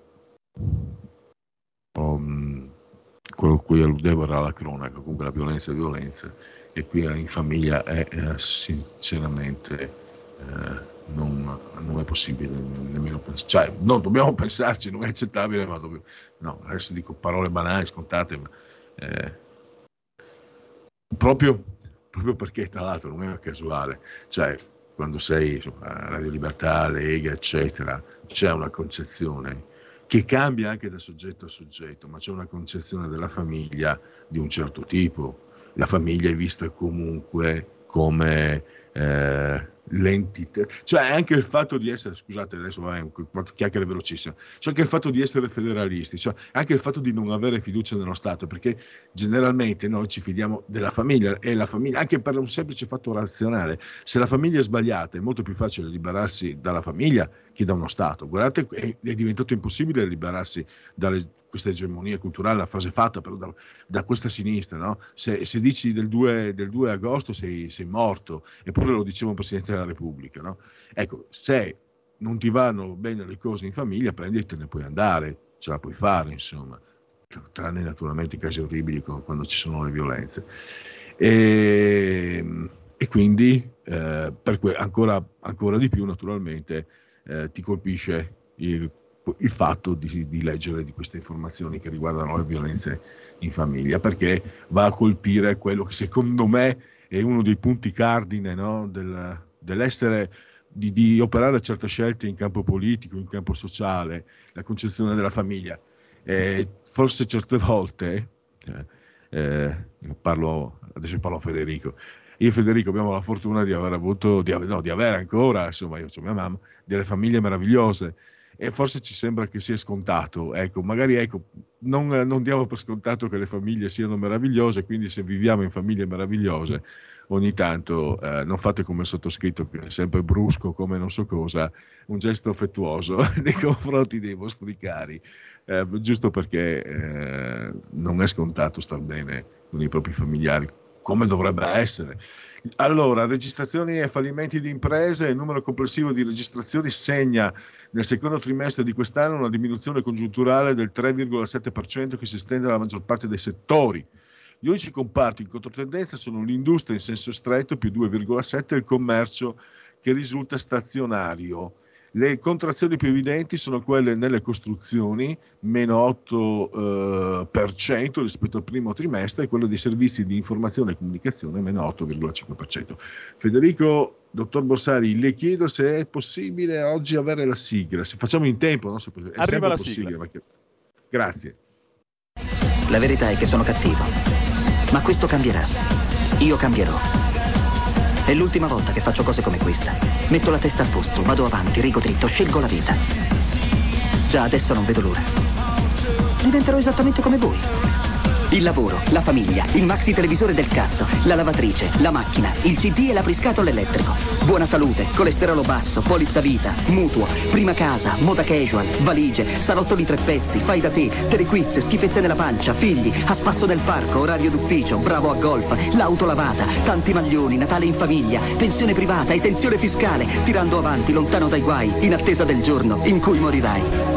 um, quello a cui alludevo era la cronaca, comunque la violenza è violenza, e qui in famiglia è eh, sinceramente eh, non, non è possibile nemmeno pensare, cioè non dobbiamo pensarci, non è accettabile, ma dobbiamo, no, adesso dico parole banali, scontate, ma eh, proprio, proprio perché tra l'altro non è casuale, cioè quando sei insomma, a Radio Libertà, Lega, eccetera, c'è una concezione che cambia anche da soggetto a soggetto, ma c'è una concezione della famiglia di un certo tipo. La famiglia è vista comunque come eh, l'entità, cioè anche il fatto di essere, scusate adesso va quattro chiacchiere velocissime, cioè anche il fatto di essere federalisti, cioè anche il fatto di non avere fiducia nello Stato, perché generalmente noi ci fidiamo della famiglia, e la famiglia anche per un semplice fatto razionale, se la famiglia è sbagliata è molto più facile liberarsi dalla famiglia che da uno Stato. Guardate, è, è diventato impossibile liberarsi da questa egemonia culturale, la frase fatta però da, da questa sinistra, no? Se, se dici del due, del due agosto sei, sei morto, eppure lo diceva un Presidente della Repubblica, no? Ecco, se non ti vanno bene le cose in famiglia, prendi e te ne puoi andare, ce la puoi fare, insomma, tranne naturalmente i casi orribili quando ci sono le violenze. E, e quindi eh, per que- ancora, ancora di più naturalmente eh, ti colpisce il, il fatto di, di leggere di queste informazioni che riguardano le violenze in famiglia, perché va a colpire quello che secondo me è uno dei punti cardine, no, del, dell'essere, di, di operare certe scelte in campo politico, in campo sociale, la concezione della famiglia. Eh, forse certe volte, eh, eh, parlo, adesso parlo a Federico, io e Federico abbiamo la fortuna di aver avuto, di, no, di avere ancora, insomma io ho mia mamma, delle famiglie meravigliose, e forse ci sembra che sia scontato, ecco, magari ecco, non, non diamo per scontato che le famiglie siano meravigliose, quindi se viviamo in famiglie meravigliose ogni tanto eh, non fate come il sottoscritto che è sempre brusco come non so cosa, un gesto affettuoso nei confronti dei vostri cari, eh, giusto perché eh, non è scontato star bene con i propri familiari, come dovrebbe essere. Allora, registrazioni e fallimenti di imprese, il numero complessivo di registrazioni segna nel secondo trimestre di quest'anno una diminuzione congiunturale del tre virgola sette per cento che si estende alla maggior parte dei settori. Gli unici comparti in controtendenza sono l'industria in senso stretto, più due virgola sette, e il commercio che risulta stazionario. Le contrazioni più evidenti sono quelle nelle costruzioni, meno otto per cento rispetto al primo trimestre, e quelle dei servizi di informazione e comunicazione, meno otto virgola cinque per cento. Federico, dottor Borsari, le chiedo se è possibile oggi avere la sigla, se facciamo in tempo, no? Se è Arriva la possibile, sigla. Perché... Grazie. La verità è che sono cattivo, ma questo cambierà. Io cambierò. È l'ultima volta che faccio cose come questa. Metto la testa a posto, vado avanti, rigo dritto, scelgo la vita. Già adesso non vedo l'ora. Diventerò esattamente come voi. Il lavoro, la famiglia, il maxi televisore del cazzo, la lavatrice, la macchina, il C D e l'apriscatole elettrico. Buona salute, colesterolo basso, polizza vita, mutuo, prima casa, moda casual, valigie, salotto di tre pezzi, fai da te, telequiz, schifezze nella pancia, figli, a spasso nel parco, orario d'ufficio, bravo a golf, l'auto lavata, tanti maglioni, Natale in famiglia, pensione privata, esenzione fiscale, tirando avanti, lontano dai guai, in attesa del giorno in cui morirai.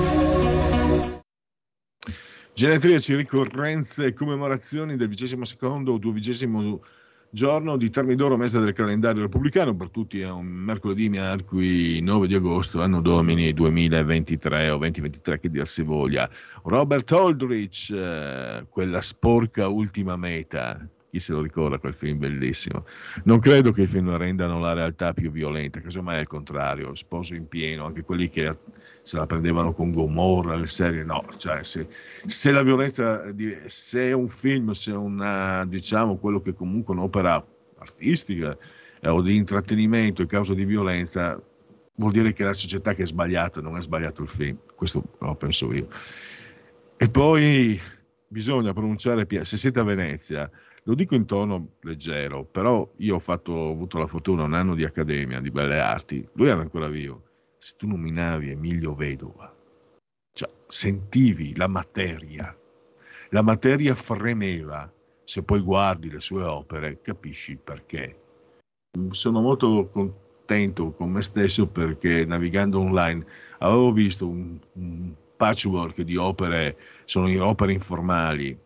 Genetriaci, ricorrenze e commemorazioni del vigesimo secondo o dodicesimo giorno di Termidoro, mese del calendario repubblicano. Per tutti è un mercoledì, mercoledì nove di agosto, anno domini duemilaventitré o duemilaventitré, che dir si voglia. Robert Aldrich, eh, quella sporca ultima meta. Chi se lo ricorda quel film bellissimo? Non credo che i film rendano la realtà più violenta, casomai è il contrario, sposo in pieno, anche quelli che se la prendevano con Gomorra, le serie, no, cioè se, se la violenza, se è un film, se è una, diciamo, quello che comunque è un'opera artistica eh, o di intrattenimento è causa di violenza, vuol dire che è la società che è sbagliata, non è sbagliato il film, questo lo penso io. E poi bisogna pronunciare, se siete a Venezia, lo dico in tono leggero, però io ho, fatto, ho avuto la fortuna un anno di accademia di belle arti, lui era ancora vivo, se tu nominavi Emilio Vedova, cioè sentivi la materia, la materia fremeva, se poi guardi le sue opere capisci il perché. Sono molto contento con me stesso perché navigando online avevo visto un, un patchwork di opere, sono opere informali,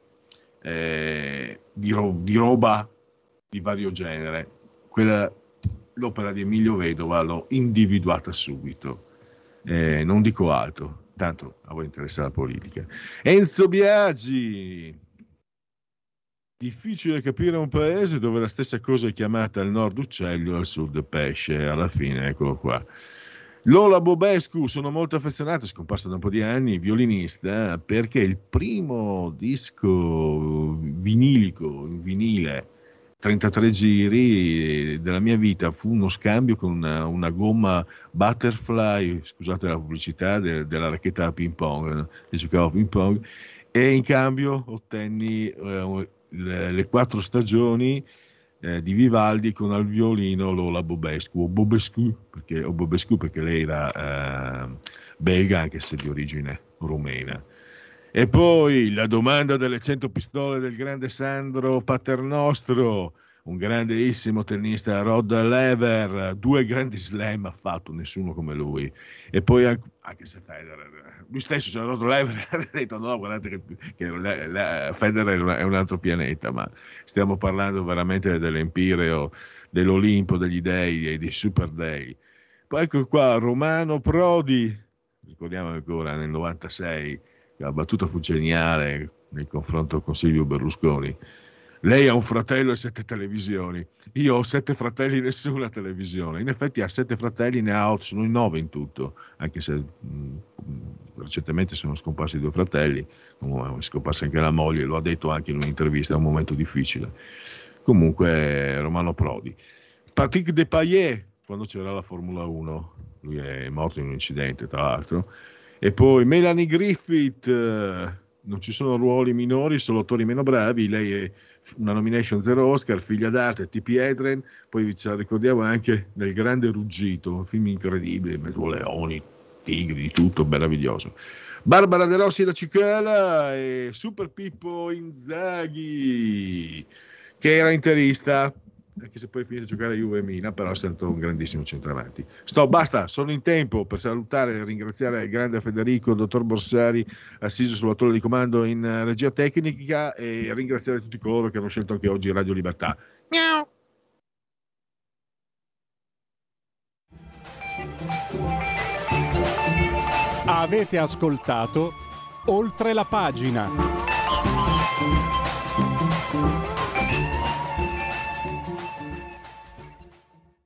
Eh, di, ro- di roba di vario genere. Quella, l'opera di Emilio Vedova l'ho individuata subito, eh, non dico altro, tanto a voi interessa la politica. Enzo Biagi, difficile capire un paese dove la stessa cosa è chiamata al nord uccello e al sud pesce, alla fine eccolo qua. Lola Bobescu, sono molto affezionato, è scomparsa da un po' di anni, violinista, perché il primo disco vinilico, in vinile, trentatré giri della mia vita fu uno scambio con una, una gomma Butterfly, scusate la pubblicità, de, della racchetta da ping pong, che giocavo a ping pong, e in cambio ottenni eh, le, le quattro stagioni Eh, di Vivaldi con al violino Lola Bobescu o Bobescu perché, o Bobescu perché lei era eh, belga anche se di origine rumena. E poi la domanda delle cento pistole del grande Sandro Paternostro, un grandissimo tennista, Rod Laver, due grandi slam ha fatto, nessuno come lui. E poi anche, anche se Federer, lui stesso, cioè Rod Laver ha detto no, guardate che, che la, la, Federer è un altro pianeta, ma stiamo parlando veramente dell'Empireo, dell'Olimpo, degli dei e dei super dei. Poi ecco qua Romano Prodi, ricordiamo ancora nel novantasei, la battuta fu geniale nel confronto con Silvio Berlusconi. Lei ha un fratello e sette televisioni. Io ho sette fratelli e nessuna televisione. In effetti ha sette fratelli, ne ha otto, sono in nove in tutto, anche se mh, recentemente sono scomparsi due fratelli, è scomparsa anche la moglie, lo ha detto anche in un'intervista, è un momento difficile. Comunque Romano Prodi. Patrick Depailler, quando c'era la Formula uno, lui è morto in un incidente tra l'altro. E poi Melanie Griffith, eh, non ci sono ruoli minori, solo attori meno bravi, lei è una nomination zero Oscar, figlia d'arte, T P Edren, poi ce la ricordiamo anche nel Grande Ruggito, un film incredibile, mezzo leoni, tigri, di tutto, meraviglioso. Barbara De Rossi la Cicala e Super Pippo Inzaghi, che era interista, anche se poi finisce a giocare Juve e Milan, però è stato un grandissimo centravanti. Sto, basta, sono in tempo per salutare e ringraziare il grande Federico, il dottor Borsari, assiso sulla tolla di comando in regia tecnica, e ringraziare tutti coloro che hanno scelto anche oggi Radio Libertà. Miau. Avete ascoltato Oltre la pagina.